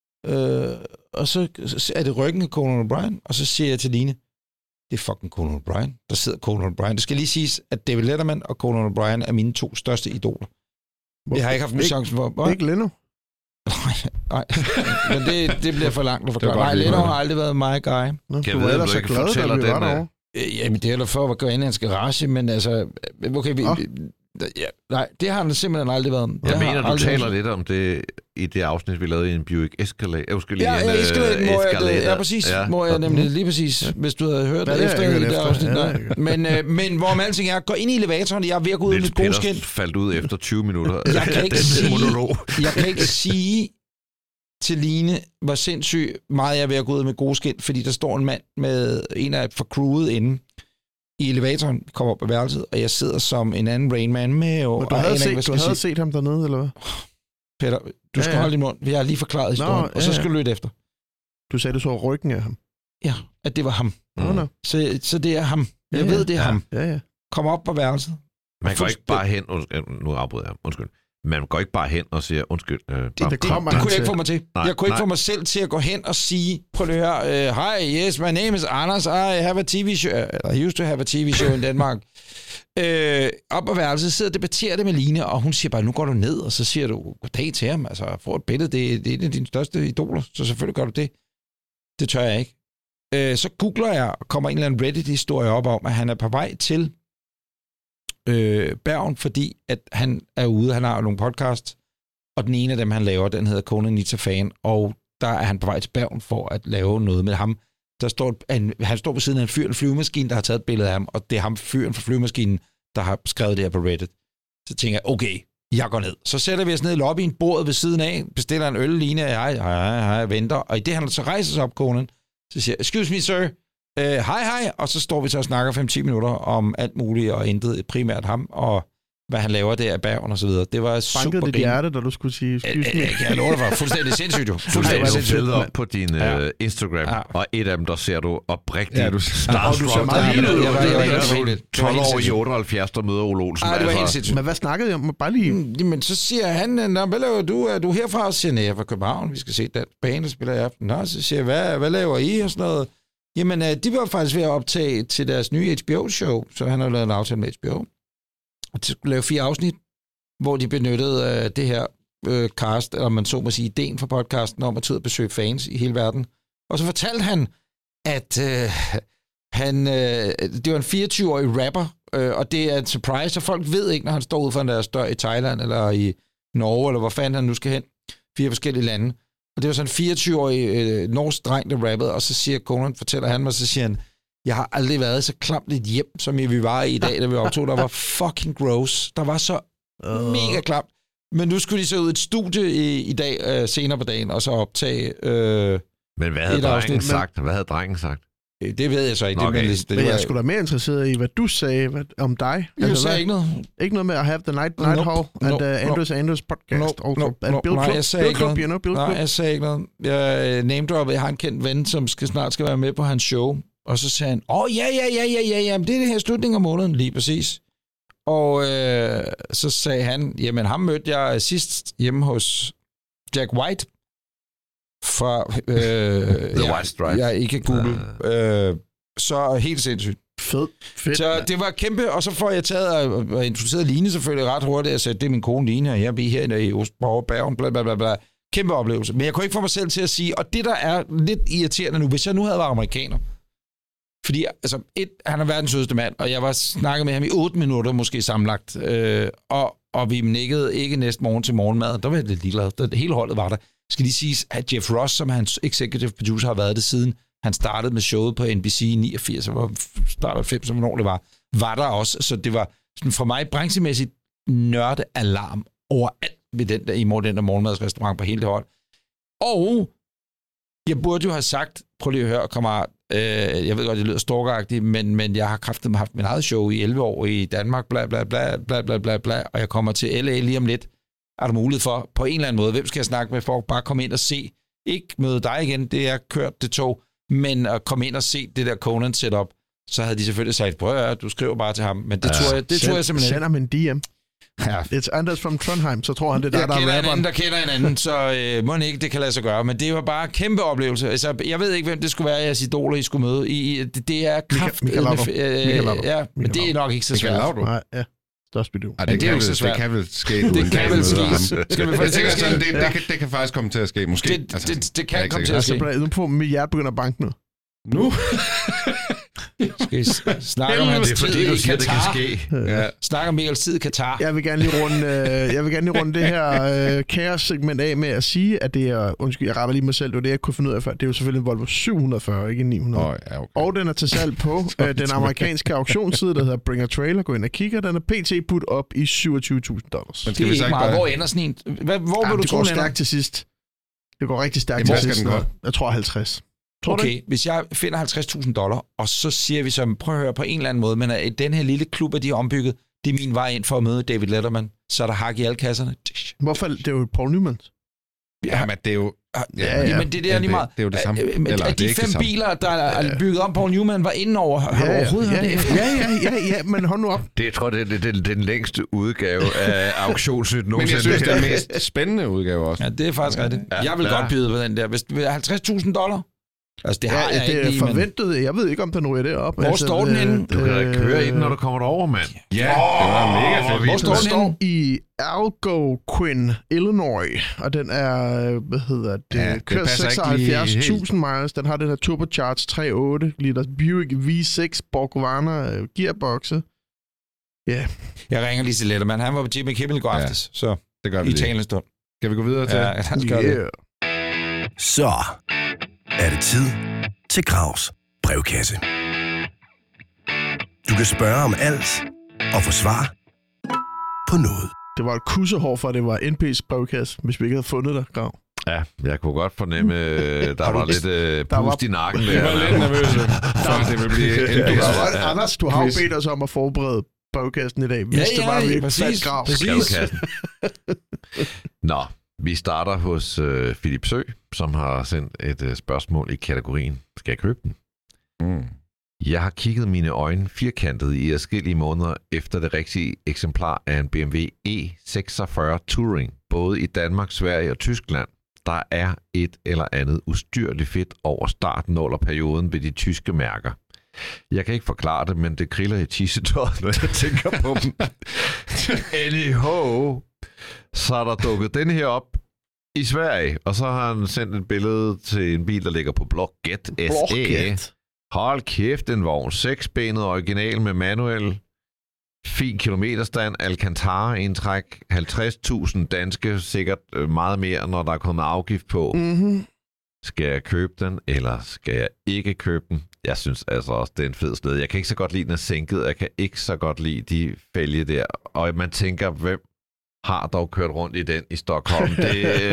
Og så er det ryggen af Conan O'Brien, og så siger jeg til Line, det er fucking Conan O'Brien. Der sidder Conan O'Brien. Det skal lige siges, at David Letterman og Conan O'Brien er mine 2 største idoler. Jeg har ikke haft en chance for... Ikke Leno? Nej, men det bliver for langt at forklare. Nej, Leno har aldrig været my guy. Du var ellers så glad, da vi var derovre. Jamen, det er for at gå ind i hans garage, men altså... Okay, nej, det har han simpelthen aldrig været. Jeg mener, du taler lidt om det i det afsnit, vi lavede i en Buick Escalade. Escalade. Ja, præcis. Ja. Må jeg nemlig lige præcis, hvis du havde hørt det efter i det afsnit. Men hvor alting er, gå ind i elevatoren, jeg er ved at gå ud med gode skin. Faldt ud efter 20 minutter. Jeg kan ikke sige til Line, hvor sindssygt meget jeg er ved at gå ud med gode skin, fordi der står en mand med en af for crewet inde i elevatoren, kommer op på værelset, og jeg sidder som en anden Rain Man med. Og du havde set ham dernede, eller hvad? Peter, du skal holde din mund. Vi har lige forklaret historien, og så skal du lytte efter. Du sagde, du så ryggen af ham. Ja, at det var ham. Så det er ham. Jeg ved, det er ham. Ja. Kom op på værelset. Man går ikke bare hen, nu afbryder jeg, undskyld. Man går ikke bare hen og siger, undskyld. Det kunne jeg ikke få mig til. Jeg kunne ikke få mig selv til at gå hen og sige, prøv at høre, hi, yes, my name is Anders, I have a TV show, I used to have a TV show in Denmark. Op på værelset sidder og debatterer det med Line, og hun siger bare, nu går du ned, og så siger du, goddag til ham, altså få et billede, det er en af dine største idoler, så selvfølgelig gør du det. Det tør jeg ikke. Så googler jeg, og kommer en eller anden Reddit-historie op om, at han er på vej til Bergen, fordi at han er ude, han har nogle podcasts, og den ene af dem, han laver, den hedder Conan Nita Fan, og der er han på vej til Bergen for at lave noget med ham. Han står på siden af en fyr, en flyvemaskine, der har taget et billede af ham, og det er ham, fyren fra flyvemaskinen, der har skrevet det her på Reddit. Så tænker jeg, okay, jeg går ned. Så sætter vi os ned i lobbyen, bordet ved siden af, bestiller en øl, Line, jeg venter, og i det han så rejser sig op, Conan, så siger jeg, excuse me, sir, hej, og så står vi så og snakker 5-10 minutter om alt muligt, og intet primært ham, og hvad han laver der i Bergen og så videre. Det var super bankede dit hjerte, da du skulle sige, excuse me? Jeg lover det var fuldstændig sindssygt, jo. Fuldstændig sindssygt. Op på din Instagram, og et af dem, der ser du oprigtigt. Ja, du ser meget lille ud. 12 år i 78, der møder Ole Olsen. Det var helt sindssygt. Men hvad snakkede I om? Bare lige... Jamen, så siger han, hvad laver du? Er du herfra? Så siger jeg, jeg er fra København. Vi skal se den bane, der spiller i aften. Nå, så siger jeg, hvad laver I? Og sådan noget. Jamen, de var faktisk ved at optage til deres nye HBO-show, så han har lavet en aftale med HBO. Og de skulle lave 4 afsnit, hvor de benyttede det her cast, eller man så må sige, ideen for podcasten om at tage ud og besøge fans i hele verden. Og så fortalte han, at det var en 24-årig rapper, og det er en surprise, så folk ved ikke, når han står ude for deres dør i Thailand, eller i Norge, eller hvor fanden han nu skal hen. 4 forskellige lande. Og det var sådan en 24-årig norsk dreng, der rappede, og så siger Conan, fortæller han mig, så siger han, jeg har aldrig været så klamt et hjem, som vi var i dag, da vi optog. Der var fucking gross. Der var så mega klamt. Men nu skulle de så ud et studie i dag, senere på dagen, og så optage Men hvad havde drengen sagt? Hvad havde drengen sagt? Det ved jeg så ikke. Okay. Men jeg skulle da mere interesseret i, hvad du sagde om dig. Jeg sagde ikke noget. Ikke noget med at have the night hall and Andrews podcast. Nej, jeg sagde ikke noget. Nej, jeg sagde ikke noget. Jeg name-droppede, jeg har en kendt ven, som snart skal være med på hans show. Og så sagde han, ja, men det er det her slutning af måneden, lige præcis. Og så sagde han, jamen ham mødte jeg sidst hjemme hos Jack White fra The White Stripes. Jeg ikke Google. Så helt sindssygt. Fedt. Så det var kæmpe, og så får jeg taget og introduceret Line selvfølgelig ret hurtigt. Jeg sagde, det er min kone Line, og jeg er her i Ostborg, Bergen, bla bla bla bla. Kæmpe oplevelse. Men jeg kunne ikke få mig selv til at sige, og det der er lidt irriterende nu, hvis jeg nu havde været amerikaner, fordi altså, han er verdens sødeste mand, og jeg var snakket med ham i 8 minutter måske sammenlagt, og vi nikkede ikke næste morgen til morgenmad. Der var jeg lidt ligeglad. Hele holdet var der. Skal lige siges, at Jeff Ross, som hans executive producer, har været det siden han startede med showet på NBC i 89, og startede 90, hvornår det var der også. Så det var sådan for mig branchemæssigt nørdealarm overalt ved den der morgenmadsrestaurant på hele det hold. Og jeg burde jo have sagt, prøv lige at høre, kammerat, jeg ved godt, det lyder stalkeragtigt, men jeg har kraftigt haft min eget show i 11 år i Danmark, bla bla bla bla bla bla bla, og jeg kommer til LA lige om lidt. Er der mulighed for, på en eller anden måde, hvem skal jeg snakke med for at bare komme ind og se, ikke møde dig igen, det er kørt det tog, men at komme ind og se det der Conan setup, så havde de selvfølgelig sagt, prøv at høre, du skriver bare til ham, men det tror jeg simpelthen. Send ham en DM. Ja. It's Anders from Trondheim, så tror han, det er der er rapperen. Der kender en anden, så må ikke, det kan lade sig gøre. Men det var bare en kæmpe oplevelse. Altså, jeg ved ikke, hvem det skulle være, jeres idoler, I skulle møde. Det er kraft. Ja, men det er nok ikke så svært. Nej, ja. Det kan vel ske. Det kan vel ske. Skal vi få det til at ske? Det kan faktisk komme til at ske, måske. Det kan komme til at ske. Nu på mit hjerte begynder at banke nu. Nu? Skal I snakke om hans tid i Katar? Det kan ske. Ja. Snakke om Michaels tid i Katar. Jeg vil gerne lige runde det her kaos-segment af med at sige, at det er, undskyld, jeg retter lige mig selv, det var det, jeg kunne finde ud af før. Det er jo selvfølgelig en Volvo 740, ikke en 900. Ja, okay. Og den er til salg på den amerikanske auktionsside, der hedder Bring a Trailer. Gå ind og kigger. Den er pt. Put op i $27,000. Det er ikke meget. Hvor ender sådan en? Hvor vil du tro, det går stærkt til sidst. Det går rigtig stærkt til sidst. Jeg tror 50. Okay, hvis jeg finder $50,000, og så siger vi så, prøv at høre på en eller anden måde, men at den her lille klub, de er ombygget, det er min vej ind for at møde David Letterman, så er der hak i alle kasserne. Hvorfor? Det er jo Paul Newman. Ja, men det er jo... Men det er lige meget. Det er jo det samme. At de 5 biler, der er bygget om, Paul Newman var inde over, har du overhovedet hørt det? Ja, men hold nu op. Det tror jeg, det er den længste udgave af Auktionsnyt nogensinde. Men jeg synes, det er den mest spændende udgave også. Ja, det er faktisk rigtigt. Jeg vil godt byde på den der. Hvis $50,000? Altså, det har jeg det ikke er lige, forventet. Men... Jeg ved ikke, om den ryger derop. Hvor står den inde? Du kan da køre i den, når du kommer derover, mand. Ja, det var mega fedt. Hvor står den står i Algonquin, Illinois, og den er, kører 76.000 miles. Den har den her turbocharged 3.8 liter Buick V6 Borgvana gearboxe. Ja. Jeg ringer lige til Letterman. Han var på Jimmy Kimmel i går aftes, så det gør vi i talende stund. Skal vi gå videre til? Ja, han skal det. Så er det tid til Gravs brevkasse. Du kan spørge om alt og få svar på noget. Det var et kussehår for, at det var NP's brevkasse, hvis vi ikke havde fundet dig, Grav. Ja, jeg kunne godt fornemme, der var lidt pust i nakken der. Jeg var lidt nervøs for, det vil blive Anders, du har jo bedt os om at forberede brevkassen i dag. Hvis det var, vi ikke fandt Grav. Nå, vi starter hos Philip Sø, som har sendt et spørgsmål i kategorien, skal jeg købe den? Jeg har kigget mine øjne firkantet i adskillige måneder efter det rigtige eksemplar af en BMW E46 Touring, både i Danmark, Sverige og Tyskland. Der er et eller andet ustyrligt fedt over startnålerperioden ved de tyske mærker. Jeg kan ikke forklare det, men det kriller i tissetøjet, når jeg tænker på dem. Anyhow, så er der dukket den her op i Sverige, og så har han sendt et billede til en bil, der ligger på Blocket SE. Hold kæft, en vogn. 6-benet original med manuel. Fin kilometerstand. Alcantara-indtræk. 50.000 danske. Sikkert meget mere, når der er kommet afgift på. Mm-hmm. Skal jeg købe den, eller skal jeg ikke købe den? Jeg synes altså også, det er en fed sted. Jeg kan ikke så godt lide, den er sænket. Jeg kan ikke så godt lide de fælge der. Og man tænker, hvem har dog kørt rundt i den i Stockholm? Det,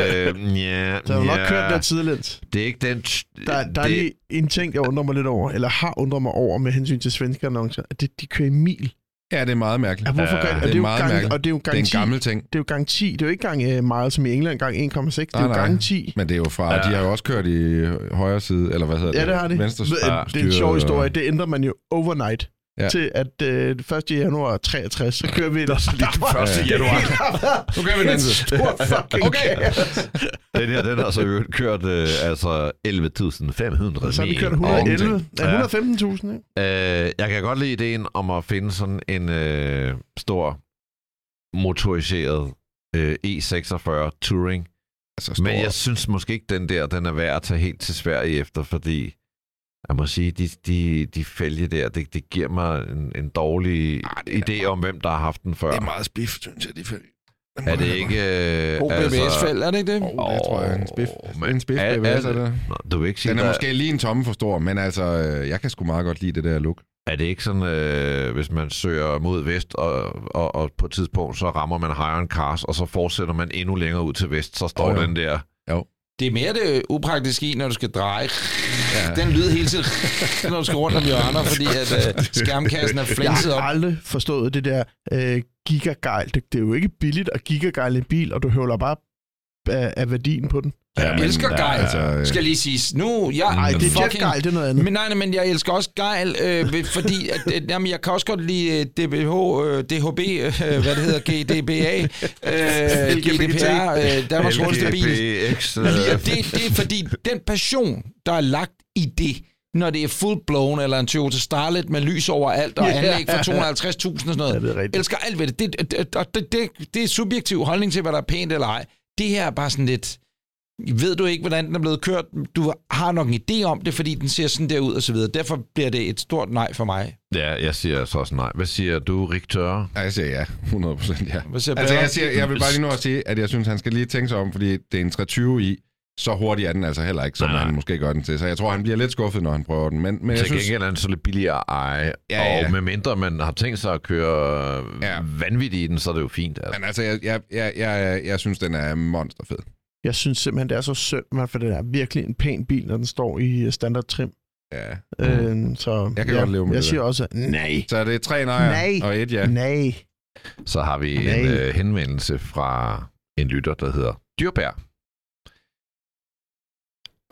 der har nok kørt der tidligt. Det er ikke den... Der er lige en ting, jeg undrer mig lidt over, eller har undret mig over med hensyn til svenske annoncer, at de kører i mil. Ja, det er meget mærkeligt. Ja, hvorfor gør det er meget mærkeligt. Og det er jo gang 10. Det er en gammel ting. Det er jo gang 10. Det er jo ikke gang meget som i England, gang 1,6. Det er jo gang 10. Men det er jo fra... De har jo også kørt i højre side, eller hvad hedder det? Ja, det har de. Venstre det er en sjov historie. Det ændrer man jo overnight. Ja. Til at 1. januar 63, så kører vi det. Lige 1. januar. Nu kører vi den anden. Okay. Den her, den har så kørt altså 11.500 mil. Så har vi kørt 111. 115.000, ikke? Jeg kan godt lide ideen om at finde sådan en stor motoriseret E46 Touring. Altså men jeg synes måske ikke, den er værd at tage helt til Sverige efter, fordi jeg må sige, de fælge der, det giver mig en dårlig idé om, hvem der har haft den før. Det er meget spiff, synes jeg, de fælge. Er det ikke... BBS-fæld, er det ikke det? Det tror jeg er en spiff. En spiff BBS, er det? Du vil ikke sige, den er måske lige en tomme for stor, men altså, jeg kan sgu meget godt lide det der look. Er det ikke sådan, hvis man søger mod vest, og på et tidspunkt, så rammer man Highland Cars, og så fortsætter man endnu længere ud til vest, så står den der... Jo. Det er mere det upraktiske i, når du skal dreje. Ja. Den lyder hele tiden, når du skal rundt om hjørner, fordi at skærmkassen er flænset op. Jeg har aldrig forstået det der gigagejl. Det er jo ikke billigt at gigagejle en bil, og du høvler bare af værdien på den. Jeg elsker gejl, skal lige siges. Nu, det er jetgejl, det er noget andet. Men jeg elsker også gejl, fordi at, jamen, jeg kan også godt lide DHB, hvad det hedder, GDBA, GDPR, Danmarks hurtigste bil. Det er fordi, den passion, der er lagt i det, når det er full-blown, eller en Toyota Starlet med lys over alt, og anlæg for 250.000 og sådan noget. Jeg elsker alt ved det. Det er subjektiv holdning til, hvad der er pænt eller ej. Det her er bare sådan lidt... Ved du ikke, hvordan den er blevet kørt? Du har nok en idé om det, fordi den ser sådan der ud og så videre. Derfor bliver det et stort nej for mig. Ja, jeg siger så også nej. Hvad siger du, Riktør? Ja, jeg siger ja. 100% ja. Altså, jeg vil bare lige nu at sige, at jeg synes, han skal lige tænke sig om, fordi det er en 320 i. Så hurtigt er den altså heller ikke, som han måske gør den til. Så jeg tror, han bliver lidt skuffet, når han prøver den. Men jeg synes... er den så lidt billigere at eje. Ja. Og med mindre man har tænkt sig at køre vanvittigt i den, så er det jo fint. Altså. Men altså, jeg synes, den er monsterfed. Jeg synes simpelthen, det er så synd, for det er virkelig en pæn bil, når den står i standard trim. Ja. Så jeg kan godt leve med jeg siger også nej. Så det er 3 nejer og 1 ja. Nej. Så har vi en henvendelse fra en lytter, der hedder Dyrbær.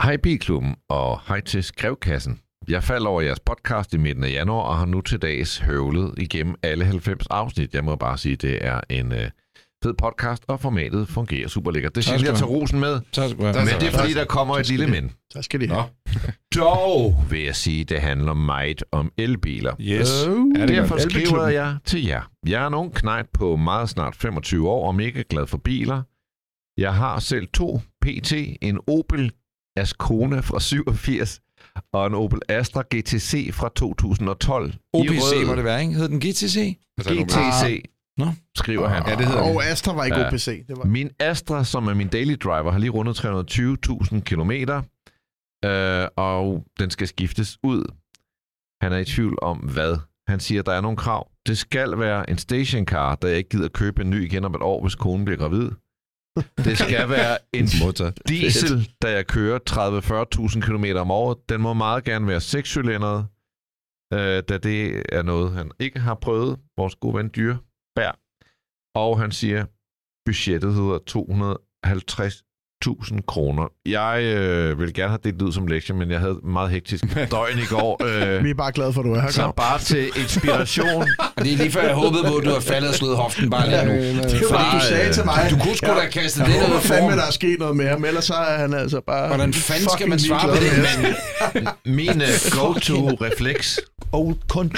Hej Bilklubben, og hej til Skrevkassen. Jeg faldt over jeres podcast i midten af januar, og har nu til dags høvlet igennem alle 90 afsnit. Jeg må bare sige, det er en fed podcast, og formatet fungerer super lækkert. Det siger jeg til rosen med, men det er fordi, der kommer et lille men. Så skal de. Dog vil jeg sige, det handler meget om elbiler. Yes. Derfor skriver jeg til jer. Jeg er en ung knejt på meget snart 25 år, og mega glad for biler. Jeg har selv 2 PT, en Opel Ascona fra 87 og en Opel Astra GTC fra 2012. OPC må det være, ikke? Hed den GTC? GTC, skriver han. Ja, det hedder og Astra var ikke OPC. Det var. Min Astra, som er min daily driver, har lige rundet 320.000 kilometer, og den skal skiftes ud. Han er i tvivl om, hvad. Han siger, der er nogle krav. Det skal være en stationcar, da jeg ikke gider købe en ny igen om et år, hvis konen bliver gravid. Det skal være en diesel, da jeg kører 30-40.000 km om året. Den må meget gerne være 6-cylindret, da det er noget, han ikke har prøvet. Vores gode ven Dyrebær. Og han siger, budgettet hedder 250.000 kroner. Jeg vil gerne have det ud som lektie, men jeg havde meget hektisk døgn i går. Vi er bare glade for, at du er her. Så bare til inspiration. Det er lige før, jeg håbede på, at du har faldet og slået hoften bare lige nu. Det var fordi, du sagde til mig. Du kunne sgu da kaste det ned. Jeg fandme, der er sket noget med ham. Ellers så er han altså bare... Hvordan fanden skal man svare på det? Min go-to-refleks. Og kun...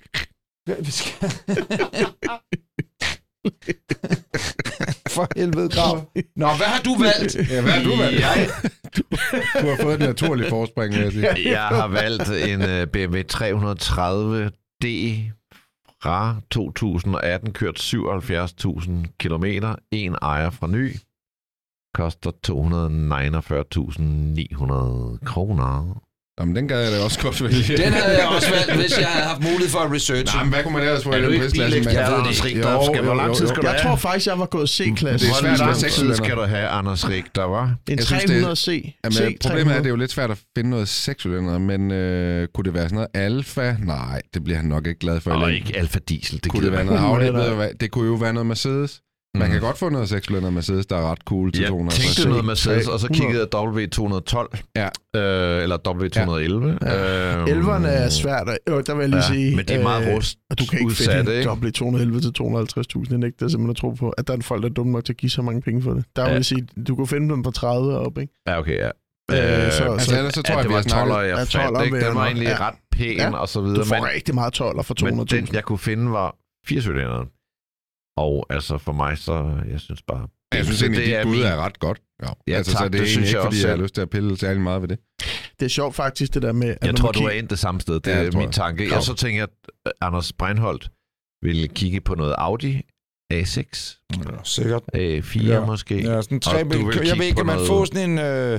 For helvede, Grav. Nå, hvad har du valgt? Ja, hvad har du valgt? Du har fået et naturligt forspring, vil jeg sige. Jeg har valgt en BMW 330D fra 2018, kørt 77.000 kilometer. En ejer fra ny. Koster 249.900 kroner. Jamen, den gad jeg da også godt vælge. Den havde jeg også valgt, hvis jeg havde haft mulighed for at researche. Nej, men hvad kunne man ellers få i den prisklasse? Hvor lang tid skal du have? Jeg tror faktisk, jeg var gået C-klasse. Det er svært Hvor med lang tid 6-cylinder. skal du have, Anders Richter, hva'? En 300C. Jamen, problemet er, at det er jo lidt svært at finde noget 6-cylinder, men kunne det være sådan noget alfa? Nej, det bliver han nok ikke glad for. Og ikke alfa diesel. Kunne det være noget Audi? Det kunne jo være noget Mercedes. Man kan godt få noget 6-cylinder Mercedes, der er ret cool til 200. Jeg tænkte noget Mercedes, og så kiggede jeg W212. Ja. Eller W211. Ja. 11'erne er svært. Der vil jeg lige sige... Men det er meget rust du kan ikke finde en W211 til 250.000. Det er ikke det, simpelthen at tro på, at der er en folk, der er dumme nok til at give så mange penge for det. Der vil jeg sige, du kunne finde dem på 30 op, ikke? Ja, okay, ja. Så tror jeg, det var 12'er, jeg fandt, ikke? Den var egentlig ret pæn, og så videre. Du får rigtig meget 12'er for 200.000. Men den, jeg kunne finde, var 4-cylinderen. Og altså for mig, så jeg synes bare... Jeg synes egentlig, dit bud er ret godt. Ja, altså, tak, så det er egentlig ikke, fordi jeg har lyst til at pille særlig meget ved det. Det er sjovt faktisk, det der med... Jeg tror, du er endt det samme sted. Det er min tanke. Og så tænker jeg, at Anders Breinholt ville kigge på noget Audi A6. Ja, sikkert. A4 måske. Ja, sådan 3 jeg ved ikke, kan man få sådan en...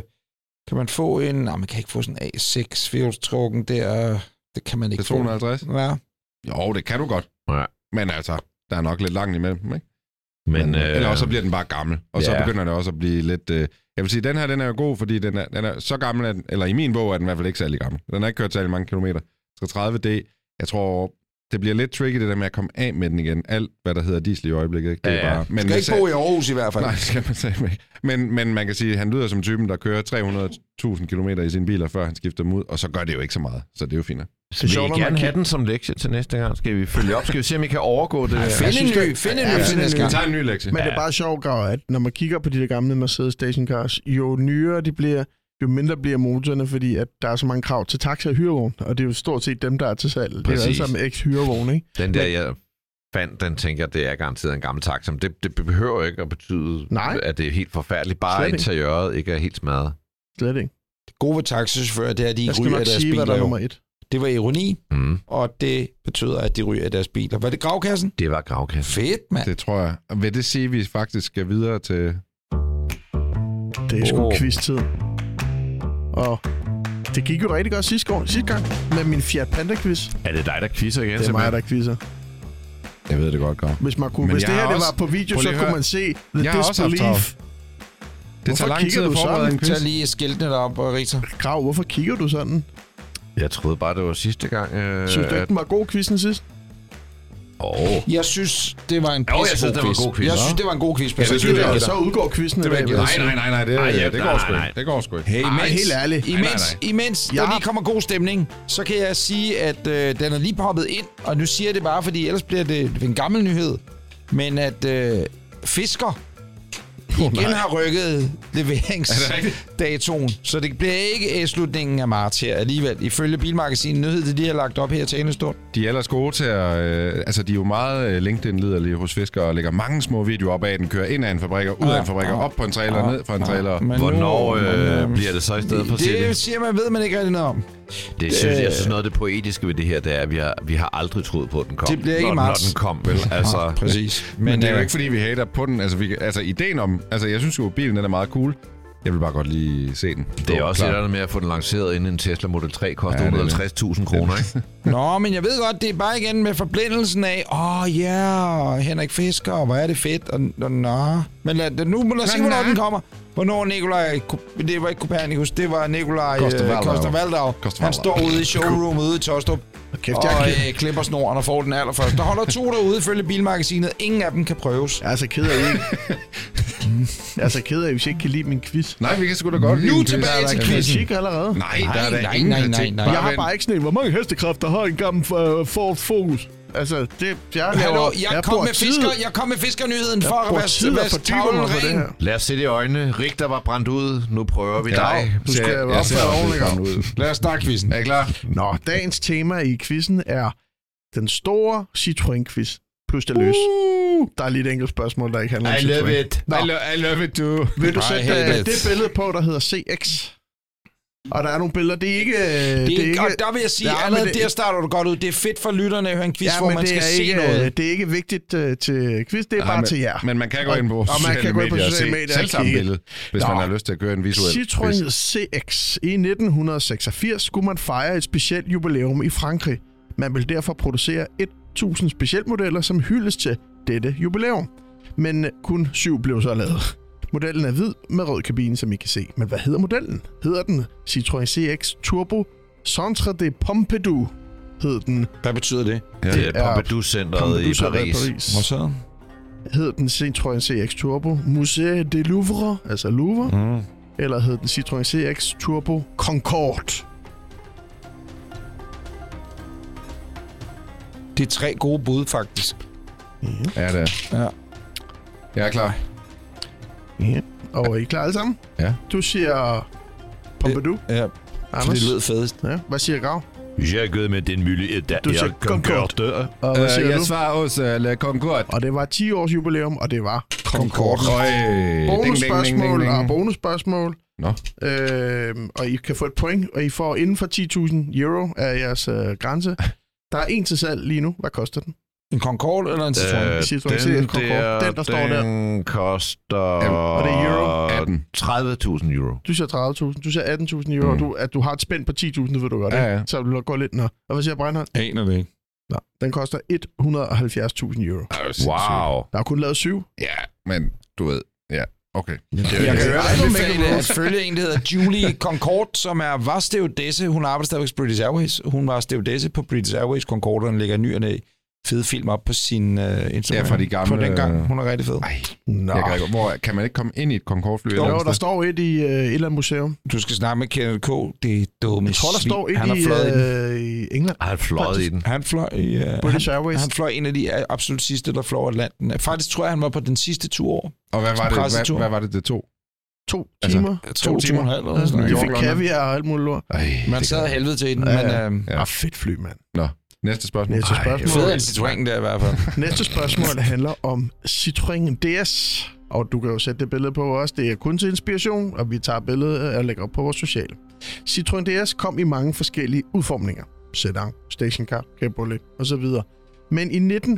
kan man få en... Nej, man kan ikke få sådan en A6 fjolstrukken der. Det kan man ikke få. 250? Ja. Jo, det kan du godt. Ja. Men altså... Der er nok lidt langt imellem, ikke? Men, eller også så bliver den bare gammel. Og så begynder det også at blive lidt... jeg vil sige, den her, den er jo god, fordi den er så gammel, at, eller i min bog er den i hvert fald ikke særlig gammel. Den har ikke kørt særlig mange kilometer. 30D, jeg tror, det bliver lidt tricky, det der med at komme af med den igen. Alt, hvad der hedder diesel i øjeblikket, ikke? Det er bare... Men skal ikke bo i Aarhus i hvert fald. Nej, det skal man sige ikke. Men man kan sige, at han lyder som typen, der kører 300.000 kilometer i sine biler, før han skifter dem ud, og så gør det jo ikke så meget. Så det er jo fint. Så vil I gerne have den som lektie til næste gang? Skal vi følge op? Skal vi se, om I kan overgå det? Find en ny til næste gang. Vi tager en ny lektie. Men det er bare sjovt, at når man kigger på de der gamle Mercedes stationcars, jo nyere de bliver, jo mindre bliver motorerne, fordi at der er så mange krav til taxa og hyrevogn, og det er jo stort set dem, der er til salg. Det er alle sammen eks-hyrevogn, ikke? Den der, jeg fandt, den tænker jeg, det er garanteret en gammel taxa, men det behøver ikke at betyde, at det er helt forfærdeligt. Bare interiøret ikke er helt smadret. Slet ikke. Det gode ved taxachauffører, det er, at de ryger af deres biler. Nummer 1. Det var ironi, og det betyder, at de ryger af deres biler. Var det gravkassen? Det var gravkassen. Fedt, mand. Det tror jeg. Vil det sige, at vi faktisk skal videre til... Det er sgu quiz-tid. Og det gik jo rigtig godt sidste gang med min Fiat Panda-quiz. Er det dig, der quizzer igen? Det er mig, der quizzer. Jeg ved det godt, Grav. Hvis det her det var på video, så kunne man se The Disbelief. Det tager lang tid at forberede en quiz. Tag lige skiltene derop, Rita. Grav, hvorfor kigger du sådan? Jeg troede bare, det var sidste gang. Synes du ikke, den var god quizzen sidst? Jeg synes, det var en god quiz. Jeg synes, det var en god quiz. Så udgår quizzen. Nej, det går sgu ikke. Hey, helt ærligt. Imens der lige kommer god stemning, så kan jeg sige, at den er lige poppet ind, og nu siger jeg det bare, fordi ellers bliver det en gammel nyhed, men at Fisker igen har rykket leveringsdatoen, så det bliver ikke slutningen af marts her alligevel. Ifølge Bilmagasinet Nyhed, de har lagt op her til endestund. De er ellers gode til at... de er jo meget LinkedIn-liderlige hos Fisker og lægger mange små videoer op af, den kører ind af en fabrik og ud af en fabrik og op på en trailer, ned fra en trailer. Hvornår bliver det så i stedet for det siger man, ved man ikke rigtig noget om. Jeg synes noget af det poetiske ved det her, det er, at vi har aldrig troet på, at den kom. Det bliver ikke når den kom, vel? Altså, præcis. Men det er jo ikke, fordi vi hater på den. Ideen om... jeg synes jo, bilen den er meget cool. Jeg vil bare godt lige se den. Det er også et eller andet med at få den lanceret, inden en Tesla Model 3 koster 150.000 kroner, ikke? Nå, men jeg ved godt, det er bare igen med forblændelsen af, Henrik Fisker, hvor er det fedt, og nå. Men lad os se, hvornår den kommer. Hvornår Nikolaj, det var ikke Copernicus, det var Nikolaj Coster-Waldau. Han står ude i showroomet ude i Tostrup og klipper snoren og får den allerførst. Der holder 2 derude ifølge Bilmagasinet. Ingen af dem kan prøves. Jeg er så ked af, hvis jeg ikke kan lide min quiz. Nej, vi kan sgu da godt lide nu tilbage til quizzen. Allerede. Nej, der er der ingen ting. Jeg har bare ikke sådan en, hvor mange hestekræfter har en gammel Ford Focus. Altså, det... Jeg kom med fiskernyheden for at være tavlen ren. Lad os se det i øjnene. Richter var brændt ud. Nu prøver vi dig. Du skal være ud. Lad os starte quizzen. Er I klar? Nå, dagens tema i quizzen er den store Citroën-quiz. Plus det løs. Der er lige et enkelt spørgsmål, der ikke handler om Citroën. I love it. I love it too. Vil du sætte det billede på, der hedder CX? Og der er nogle billeder, det er ikke... Og der vil jeg sige, allerede der starter du godt ud. Det er fedt for lytterne at høre en quiz, hvor man skal se noget. Det er ikke vigtigt til quiz, det er bare til jer. Men man kan gå ind på sociale medier og se selv samme billede, hvis man har lyst til at gøre en visuel Citroën CX. I 1986 skulle man fejre et specielt jubilæum i Frankrig. Man vil derfor producere 1000 specialmodeller som hyldes til dette jubilæum. Men kun 7 blev så lavet. Modellen er hvid med rød kabine, som I kan se. Men hvad hedder modellen? Hedder den Citroën CX Turbo Centre de Pompidou? Hed den... Hvad betyder det? Ja, det er Pompidou-centret i Paris. Hvor så? Hed den Citroën CX Turbo Musée de Louvre, altså Louvre? Eller hed den Citroën CX Turbo Concorde? Det er 3 gode bud, faktisk. Ja, det er. Ja. Jeg er klar. Ja. Og er I klar alle sammen? Ja. Du siger Pompidou. Ja, for det lød fedest. Ja. Hvad siger Grav? Jeg er gået med den mulighed, der du siger Concorde. Og hvad siger jeg svarer også Le Concorde. Og det var 10 års jubilæum, og det var Concorde. Bonusspørgsmål og bonusspørgsmål. Nå. Og I kan få et point, og I får inden for 10.000 euro af jeres grænse. Der er en til salg lige nu. Hvad koster den? En Concorde eller en Citroën? Citroën CS Concorde. Den, der står der. Den koster... Og det er euro? 30.000 euro. Du siger 30.000. Du siger 18.000 euro. At du har et spænd på 10.000, det ved du godt. Ja. Så vil du gå lidt ned. Og hvad siger Breinholt? Aner det ikke. Nå, den koster 170.000 euro. Wow. Der er kun lavet 7. Ja, men du ved... Ja, okay. Jeg kan høre anbefale at følge en, der hedder Julie Concorde, som var stewardesse. Hun arbejder stadigvæk på British Airways. Hun var stewardesse på British Airways Concorde, og den lægger ny og næ fede film op på sin Instagram. Ja, fra de gamle... På den gang. Hun er rigtig fed. Hvor kan man ikke komme ind i et Concorde-fly? Jo, der står et i et eller andet museum. Du skal snakke med Kenneth K. Det er dumme Jeg tror, der står et i England. Han fløjet i den. Han fløj i... British Airways. Han fløj en af de absolut sidste, der fløj Atlanten. Faktisk tror jeg, han var på den sidste tur. Og hvad var det tog? 2 timer. 2 timer og halv. Eller sådan. De fik kaviar og alt muligt lort. Man sad af helvede til den, men... Fedt fly, mand. Nå. Næste spørgsmål. Fed en Citroën der i hvert fald. Næste spørgsmål handler om Citroën DS. Og du kan jo sætte det billede på også. Det er kun til inspiration, og vi tager billedet og lægger op på vores sociale. Citroën DS kom i mange forskellige udformninger. Sedan, stationcar, cabriolet osv. Men i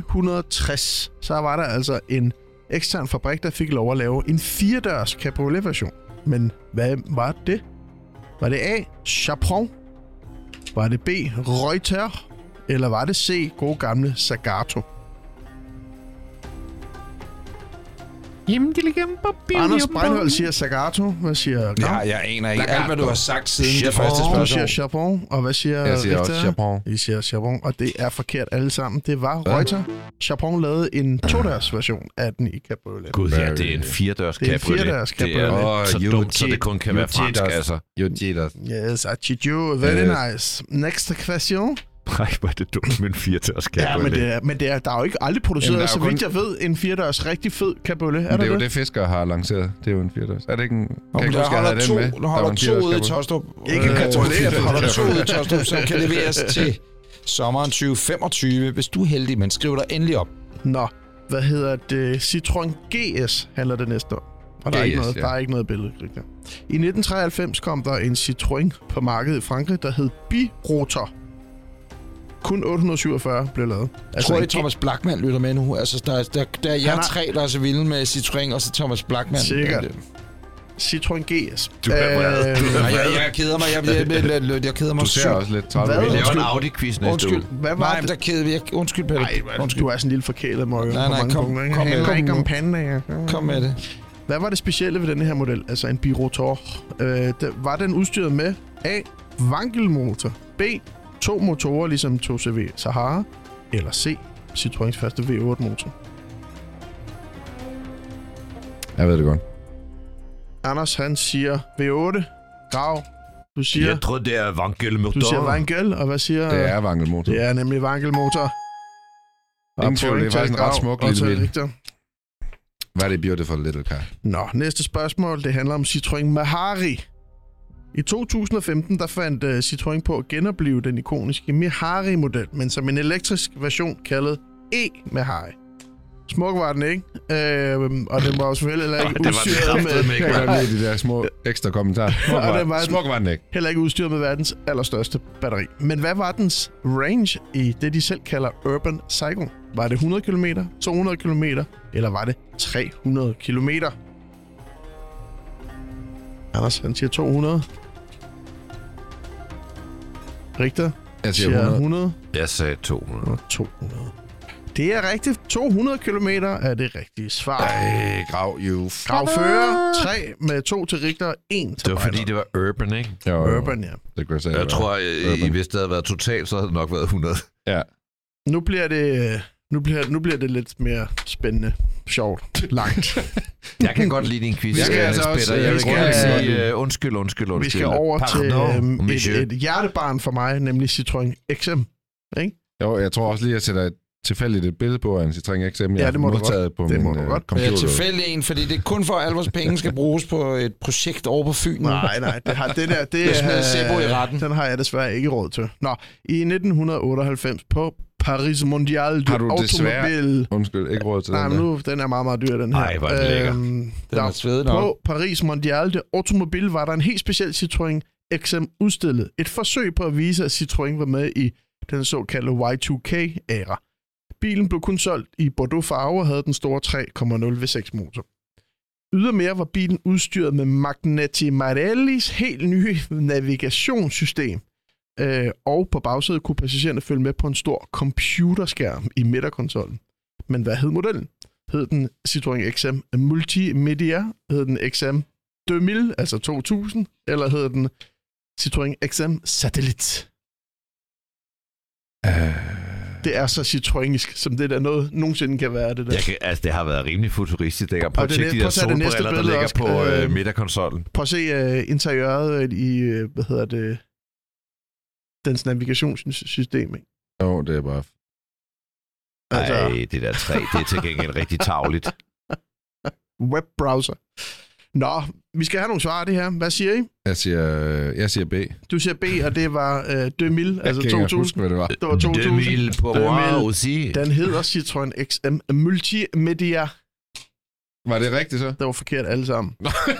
1960, så var der altså en ekstern fabrik, der fik lov at lave en 4-dørs cabriolet-version. Men hvad var det? Var det A. Chaperon? Var det B. Reuter? Eller var det C. Gode gamle Zagato? Anders Breinholt siger Zagato. Hvad siger Grav? Jeg aner ikke alt, hvad du har sagt siden det første spørgsmål. Du siger Charbon, og hvad siger Jeg siger også Charbon. I siger Charbon, og det er forkert alle sammen. Det var Reuter. Charbon lavede en 2-dørs version af den i cabriolet. Gud, ja, det er en 4-dørs cabriolet. Det er en 4-dørs cabriolet. Så dumt, så det kun kan være fransk, altså. Yes, Achidjo. Very nice. Next question. Nej, hvor er det dumt med en 4-dørs cabriolet. Ja, men der er jo ikke aldrig produceret, så vidt jeg ved, en 4-dørs rigtig fed cabriolet. Det er jo det, Fisker har lanceret. Det er jo en 4-dørs. Er det ikke en... Kan ikke huske, at have den med? Der holder 2 ude i Tostrup. Ikke en cabriolet. Der holder 2 ude i Tostrup, som kan leveres til sommeren 2025, hvis du er heldig, men skriv dig endelig op. Nå, hvad hedder det? Citroën GS handler det næste år. Og der er ikke noget billede. I 1993 kom der en Citroën på markedet i Frankrig, der hed Birotor. Kun 847 blev lavet. Jeg tror, det er Thomas Blackman lytter med nu. Altså, der er jeg 3, der er så vilde med Citroën, og så Thomas Blackman. Sikkert. Citroën GS. Du er vred. Jeg keder mig. Jeg keder mig. Du ser også lidt træt. Vi laver en Audi-quiz næste uge. Hvad var det? Der keder vi. Undskyld, Pelle. Du er sådan en lille forkælet, Mario. Nej, kom med det. Kom med det. Hvad var det specielle ved denne her model? Altså en Birotor. Var den udstyret med A. Wankelmotor. B. 2 motorer, ligesom 2CV Sahara. Eller C. Citroëns første V8-motor. Jeg ved det godt. Anders, han siger V8. Grav, du siger... Jeg tror, det er Wankelmotor. Du siger Wankel, og hvad siger... Det er Wankelmotor. Det er nemlig Wankelmotor. Ingen tvivl, det er faktisk en ret smuk lille bil. Hvad er det beautiful little car? Nå, næste spørgsmål, det handler om Citroën Mehari. I 2015, der fandt Citroën på at genopleve den ikoniske Mehari-model, men som en elektrisk version kaldet E-Mehari. Smuk var den, ikke? Og den var jo selvfølgelig heller ikke udstyret med... Jeg kan godt lide de der små ekstra kommentarer. Smuk var den ikke. Heller ikke udstyret med verdens allerstørste batteri. Men hvad var dens range i det, de selv kalder Urban Cycle? Var det 100 km, 200 km, eller var det 300 km? Anders, han siger 200. Richter? Jeg siger 100. Jeg sagde 200. 200. Det er rigtigt. 200 km er det rigtige svar. Grav, Grav fører 3 med 2 til Richter, 1 til Det var fordi, det var urban, ikke? Jo. Urban, ja. Det kunne jeg jeg tror, hvis det havde været totalt, så havde det nok været 100. Ja. Nu bliver det lidt mere spændende, sjovt, langt. Jeg kan godt lide din quiz. Jeg vil gerne sige undskyld. Vi skal over til et hjertebarn for mig, nemlig Citroën XM. Ikke? Jo, jeg tror også lige, at jeg sætter tilfældigt et billede på en Citroën XM, jeg det må har modtaget på min computer. Det er tilfældigt en, fordi det er kun for, at vores penge skal bruges på et projekt over på Fyn. Nej, det er Sebo i retten. Den har jeg desværre ikke råd til. Nå, i 1998 på Paris Mondial de Automobile... Undskyld, ikke råd til den. Nej, men den er meget, meget dyr, den her. Nej, hvor er det lækker. Den er svedet nok. På Paris Mondial de Automobile var der en helt speciel Citroën XM udstillet. Et forsøg på at vise, at Citroën var med i den såkaldte Y2K-æra. Bilen blev kun solgt i Bordeaux farve og havde den store 3,0 V6 motor. Ydermere var bilen udstyret med Magneti Marellis helt nye navigationssystem. Og på bagsædet kunne passagererne følge med på en stor computerskærm i midterkonsollen. Men hvad hed modellen? Hed den Citroën XM Multimedia? Hed den XM 2000, altså 2000? Eller hed den Citroën XM Satellite? Det er så citroenisk, som det der noget nogensinde kan være, det der. Det har været rimelig futuristisk. Prøv at tjekke de der solbriller, der ligger på midterkonsollen. Prøv at se interiøret i, dens navigationssystem, ikke? Jo, det er bare... Nej, det der træ, det er til gengæld rigtig tarveligt. Webbrowser. Nå, vi skal have nogle svar det her. Hvad siger I? Jeg siger B. Du siger B, og det var 2000, altså 2000. Huske, hvad det var. Det var 2000. 2000 på moi aussi. Den hedder Citroën XM Multimedia. Var det rigtigt så? Det var forkert alle sammen.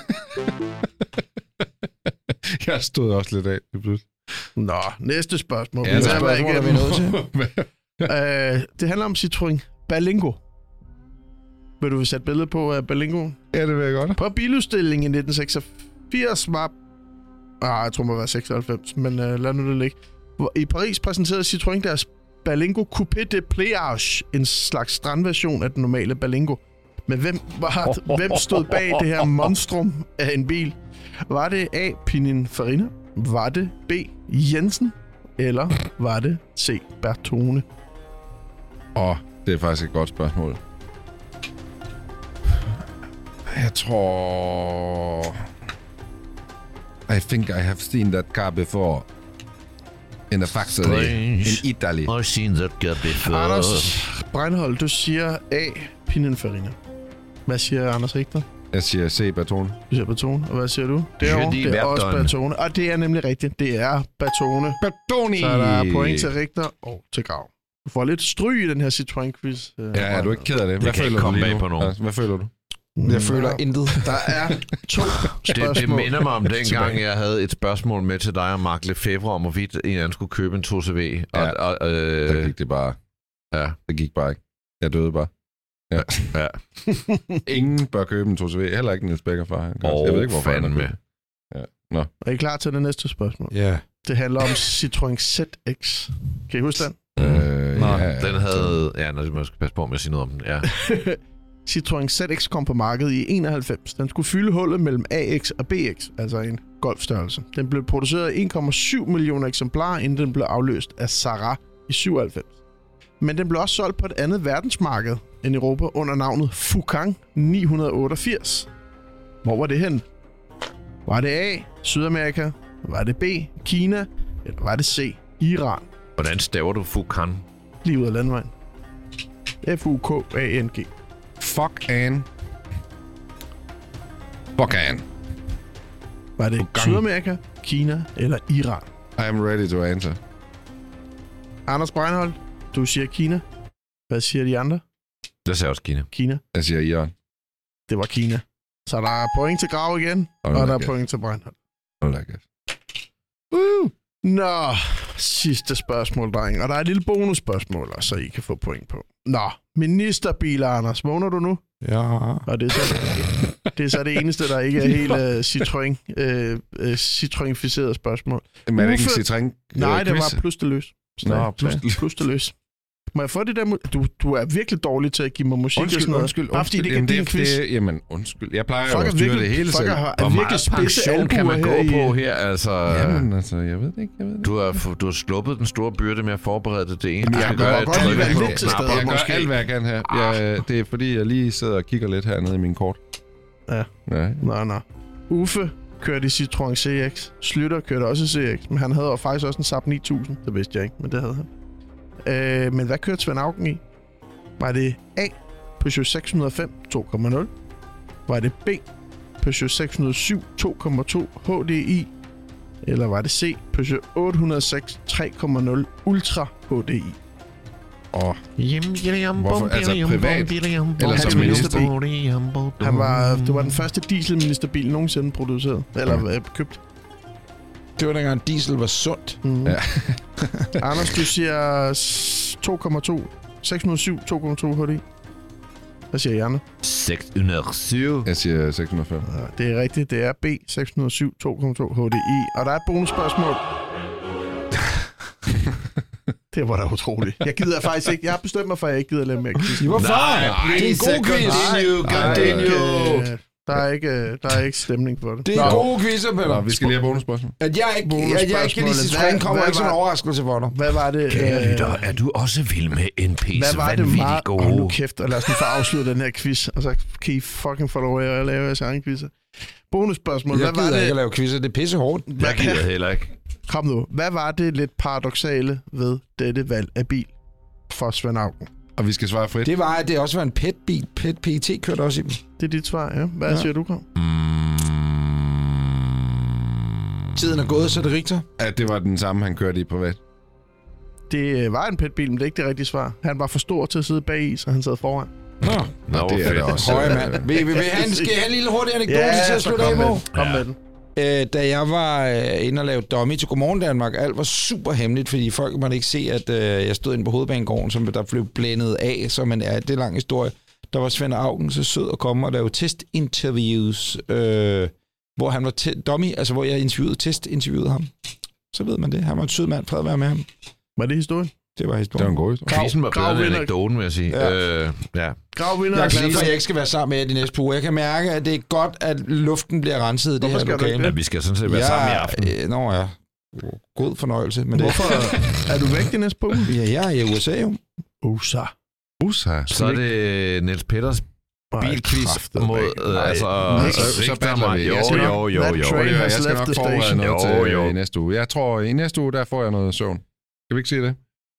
Jeg stod også lidt af. Nå, næste spørgsmål. Ja, spørgsmål er vi nødt til. Det handler om Citroën Berlingo. Vil du sætte billede på Berlingo? Ja, det vil jeg godt. På biludstillingen i 1986 var... jeg tror, det var 96, men lad nu det ligge. I Paris præsenterede Citroën deres Berlingo Coupé de Pliage, en slags strandversion af den normale Berlingo. Men hvem stod bag det her monstrum af en bil? Var det A. Pininfarina? Var det B. Jensen? Eller var det C. Bertone? Det er faktisk et godt spørgsmål. Jeg tror... I think I have seen that car before. In a factory in Italy. I've seen that car before. Anders Breinholt, du siger A. Pininfarina. Hvad siger Anders Richter? Jeg siger C. Bertone. Du siger Bertone. Og hvad siger du? Det er også Bertone. Og det er nemlig rigtigt. Det er Bertone. Bertone! Så der er point til Richter og til Grav. Du får lidt stryg i den her Citroën-quiz. Ja, er du ikke ked af det? Hvad føler du lige nu? Hvad føler du? Jeg føler intet. Der er 2 spørgsmål. Det minder mig om dengang, jeg havde et spørgsmål med til dig og Mark Lefebvre om, hvorvidt en anden skulle købe en 2CV. Der gik det bare. Ja, det gik bare ikke. Jeg døde bare. Ja. Ingen bør købe en 2CV. Heller ikke Niels Becker far. Jeg ved ikke, hvorfor han er med. Ja. Nå. Er I klar til det næste spørgsmål? Ja. Yeah. Det handler om Citroën ZX. Kan I huske den? Den havde... Ja, man skal passe på med at sige noget om den. Ja. Citroën ZX kom på markedet i 91. Den skulle fylde hullet mellem AX og BX, altså en golfstørrelse. Den blev produceret i 1,7 millioner eksemplarer, inden den blev afløst af Sarah i 97. Men den blev også solgt på et andet verdensmarked end Europa under navnet Fucang 988. Hvor var det hen? Var det A. Sydamerika? Var det B. Kina? Eller var det C. Iran? Hvordan staver du Fucang? Lige ud af landvejen. F-U-K-A-N-G. Fuck an. Var det Sydamerika, Kina eller Iran? I am ready to answer. Anders Breinholt, du siger Kina. Hvad siger de andre? Jeg siger også Kina. Kina. Jeg siger Iran. Det var Kina. Så der er point til Grav igen, og der er point til Breinholt. Nå, sidste spørgsmål, dreng. Og der er et lille bonusspørgsmål, så I kan få point på. Nå, ministerbiler, Anders. Vågner du nu? Ja. Og det er så det eneste, der ikke er helt Citroën-ficeret spørgsmål. Men er det ikke en Citroën? Nej, det var plus det løs. Nå, plus det løs. Må jeg få det der... Du er virkelig dårlig til at give mig musik og sådan noget. Undskyld. Bare fordi det ikke er din quiz. Jamen, undskyld. Jeg plejer jo at styre det hele selv. Hvor meget pension kan man gå på her? Altså, jamen, altså, jeg ved det ikke. Du har sluppet den store byrde med at forberede det ene. Jeg gør godt lige være lidt til stede. Jeg gør alt, hvad jeg kan her. Det er fordi, jeg lige sidder og kigger lidt hernede i min kort. Ja. Nå. Uffe kørte i Citroën CX. Slytter kørte også CX, men han havde jo faktisk også en Saab 9000. Det vidste jeg ikke, men det havde han. Men hvad kørte Svend Auken i? Var det A. Peugeot 605 2.0? Var det B. Peugeot 607 2.2 HDI? Eller var det C. Peugeot 806 3.0 Ultra HDI? Hvorfor? Altså privat? Eller som minister? Det var den første dieselministerbil nogensinde produceret. Eller købt. Det var dengang diesel var sundt. Mm. Ja. Anders, du siger 2,2. 607 2,2 HDI. Hvad siger I, Janne? 607. Jeg siger 605. Ja, det er rigtigt. Det er B. 607 2,2 HDI. Og der er et bonusspørgsmål. Det var da utroligt. Jeg gider faktisk ikke. Jeg har bestemt mig for, at jeg ikke gider lade mere quiz. Hvorfor? Det er en god quiz. Continue. Der er ikke stemning på det. Det er gode quizzer, Peller. Vi skal lige have bonusspørgsmål. At jeg ikke kan lide Citroën, kommer ikke sådan en overraskelse for dig. Hvad var det? Kære lytter, er du også vild med en pisse vanvittigt gode? Hold nu kæft, og lad os nu få afsluttet den her quiz, og så kan I fucking få lov at lave jeres egen quizzer. Bonusspørgsmål. Jeg gider ikke at lave quizzer, det er pisse hårdt. Jeg gider heller ikke. Kom nu. Hvad var det lidt paradoksale ved dette valg af bil for Svend Auken? Og vi skal svare frit. Det var, at det også var en PET-bil. PET kørte også i dem. Det er dit svar, ja. Hvad siger du, Kom? Tiden er gået, så er det Richter. At det var den samme, han kørte i privat. Det var en PET-bil, men det er ikke det rigtige svar. Han var for stor til at sidde bag i, så han sad foran. Nå, det er det også. Høje mand. Skal jeg have en lille hurtig anekdote til at slutte af på? Kom med den. Da jeg var inde og lavede dummy til Godmorgen Danmark, alt var super hemmeligt, fordi folk måtte ikke se, at jeg stod inde på Hovedbanegården, som der blev blændet af, så man er det er lang historie. Der var Svend Auken så sød at komme og lave testinterviews, hvor han var dummy, altså hvor jeg testinterviewede ham. Så ved man det. Han var en sød mand, fred at være med ham. Var det historien? Det var en god historie. Quizzen var bedre end anekdoten, vil jeg sige. Ja. Grav vinder. Jeg er glad for, at jeg ikke skal være sammen med jer de næste par uger. Jeg kan mærke, at det er godt, at luften bliver renset i det her lokale. Ja, vi skal sådan set være sammen i aften. Ja. God fornøjelse med det. Hvorfor er du væk de næste par uger? Ja, jeg er i USA jo. USA. Så er det Niels Petters bilquiz mod... Så battler vi. Jo. Jeg skal nok forberede noget til i næste uge. Jeg tror, i næste uge, der får jeg noget søvn. Skal vi ikke sige det?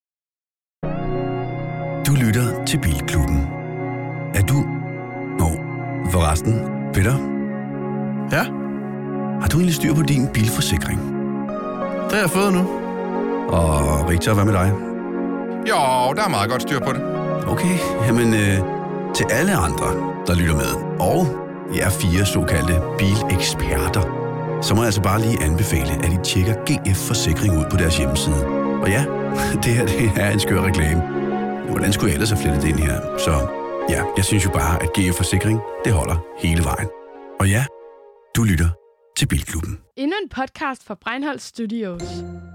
Du lytter til Bilklubben. Er du... forresten, Peter? Ja? Har du egentlig styr på din bilforsikring? Det har jeg fået nu. Og Richard, hvad med dig? Jo, der er meget godt styr på det. Okay, jamen til alle andre, der lytter med, og jer 4 såkaldte bileksperter, så må jeg altså bare lige anbefale, at I tjekker GF Forsikring ud på deres hjemmeside. Og ja, det her det er en skør reklame. Hvordan skulle jeg ellers have flettet ind her? Så ja, jeg synes jo bare, at GF Forsikring, det holder hele vejen. Og ja, du lytter til Bilklubben. Endnu en podcast fra Breinholt Studios.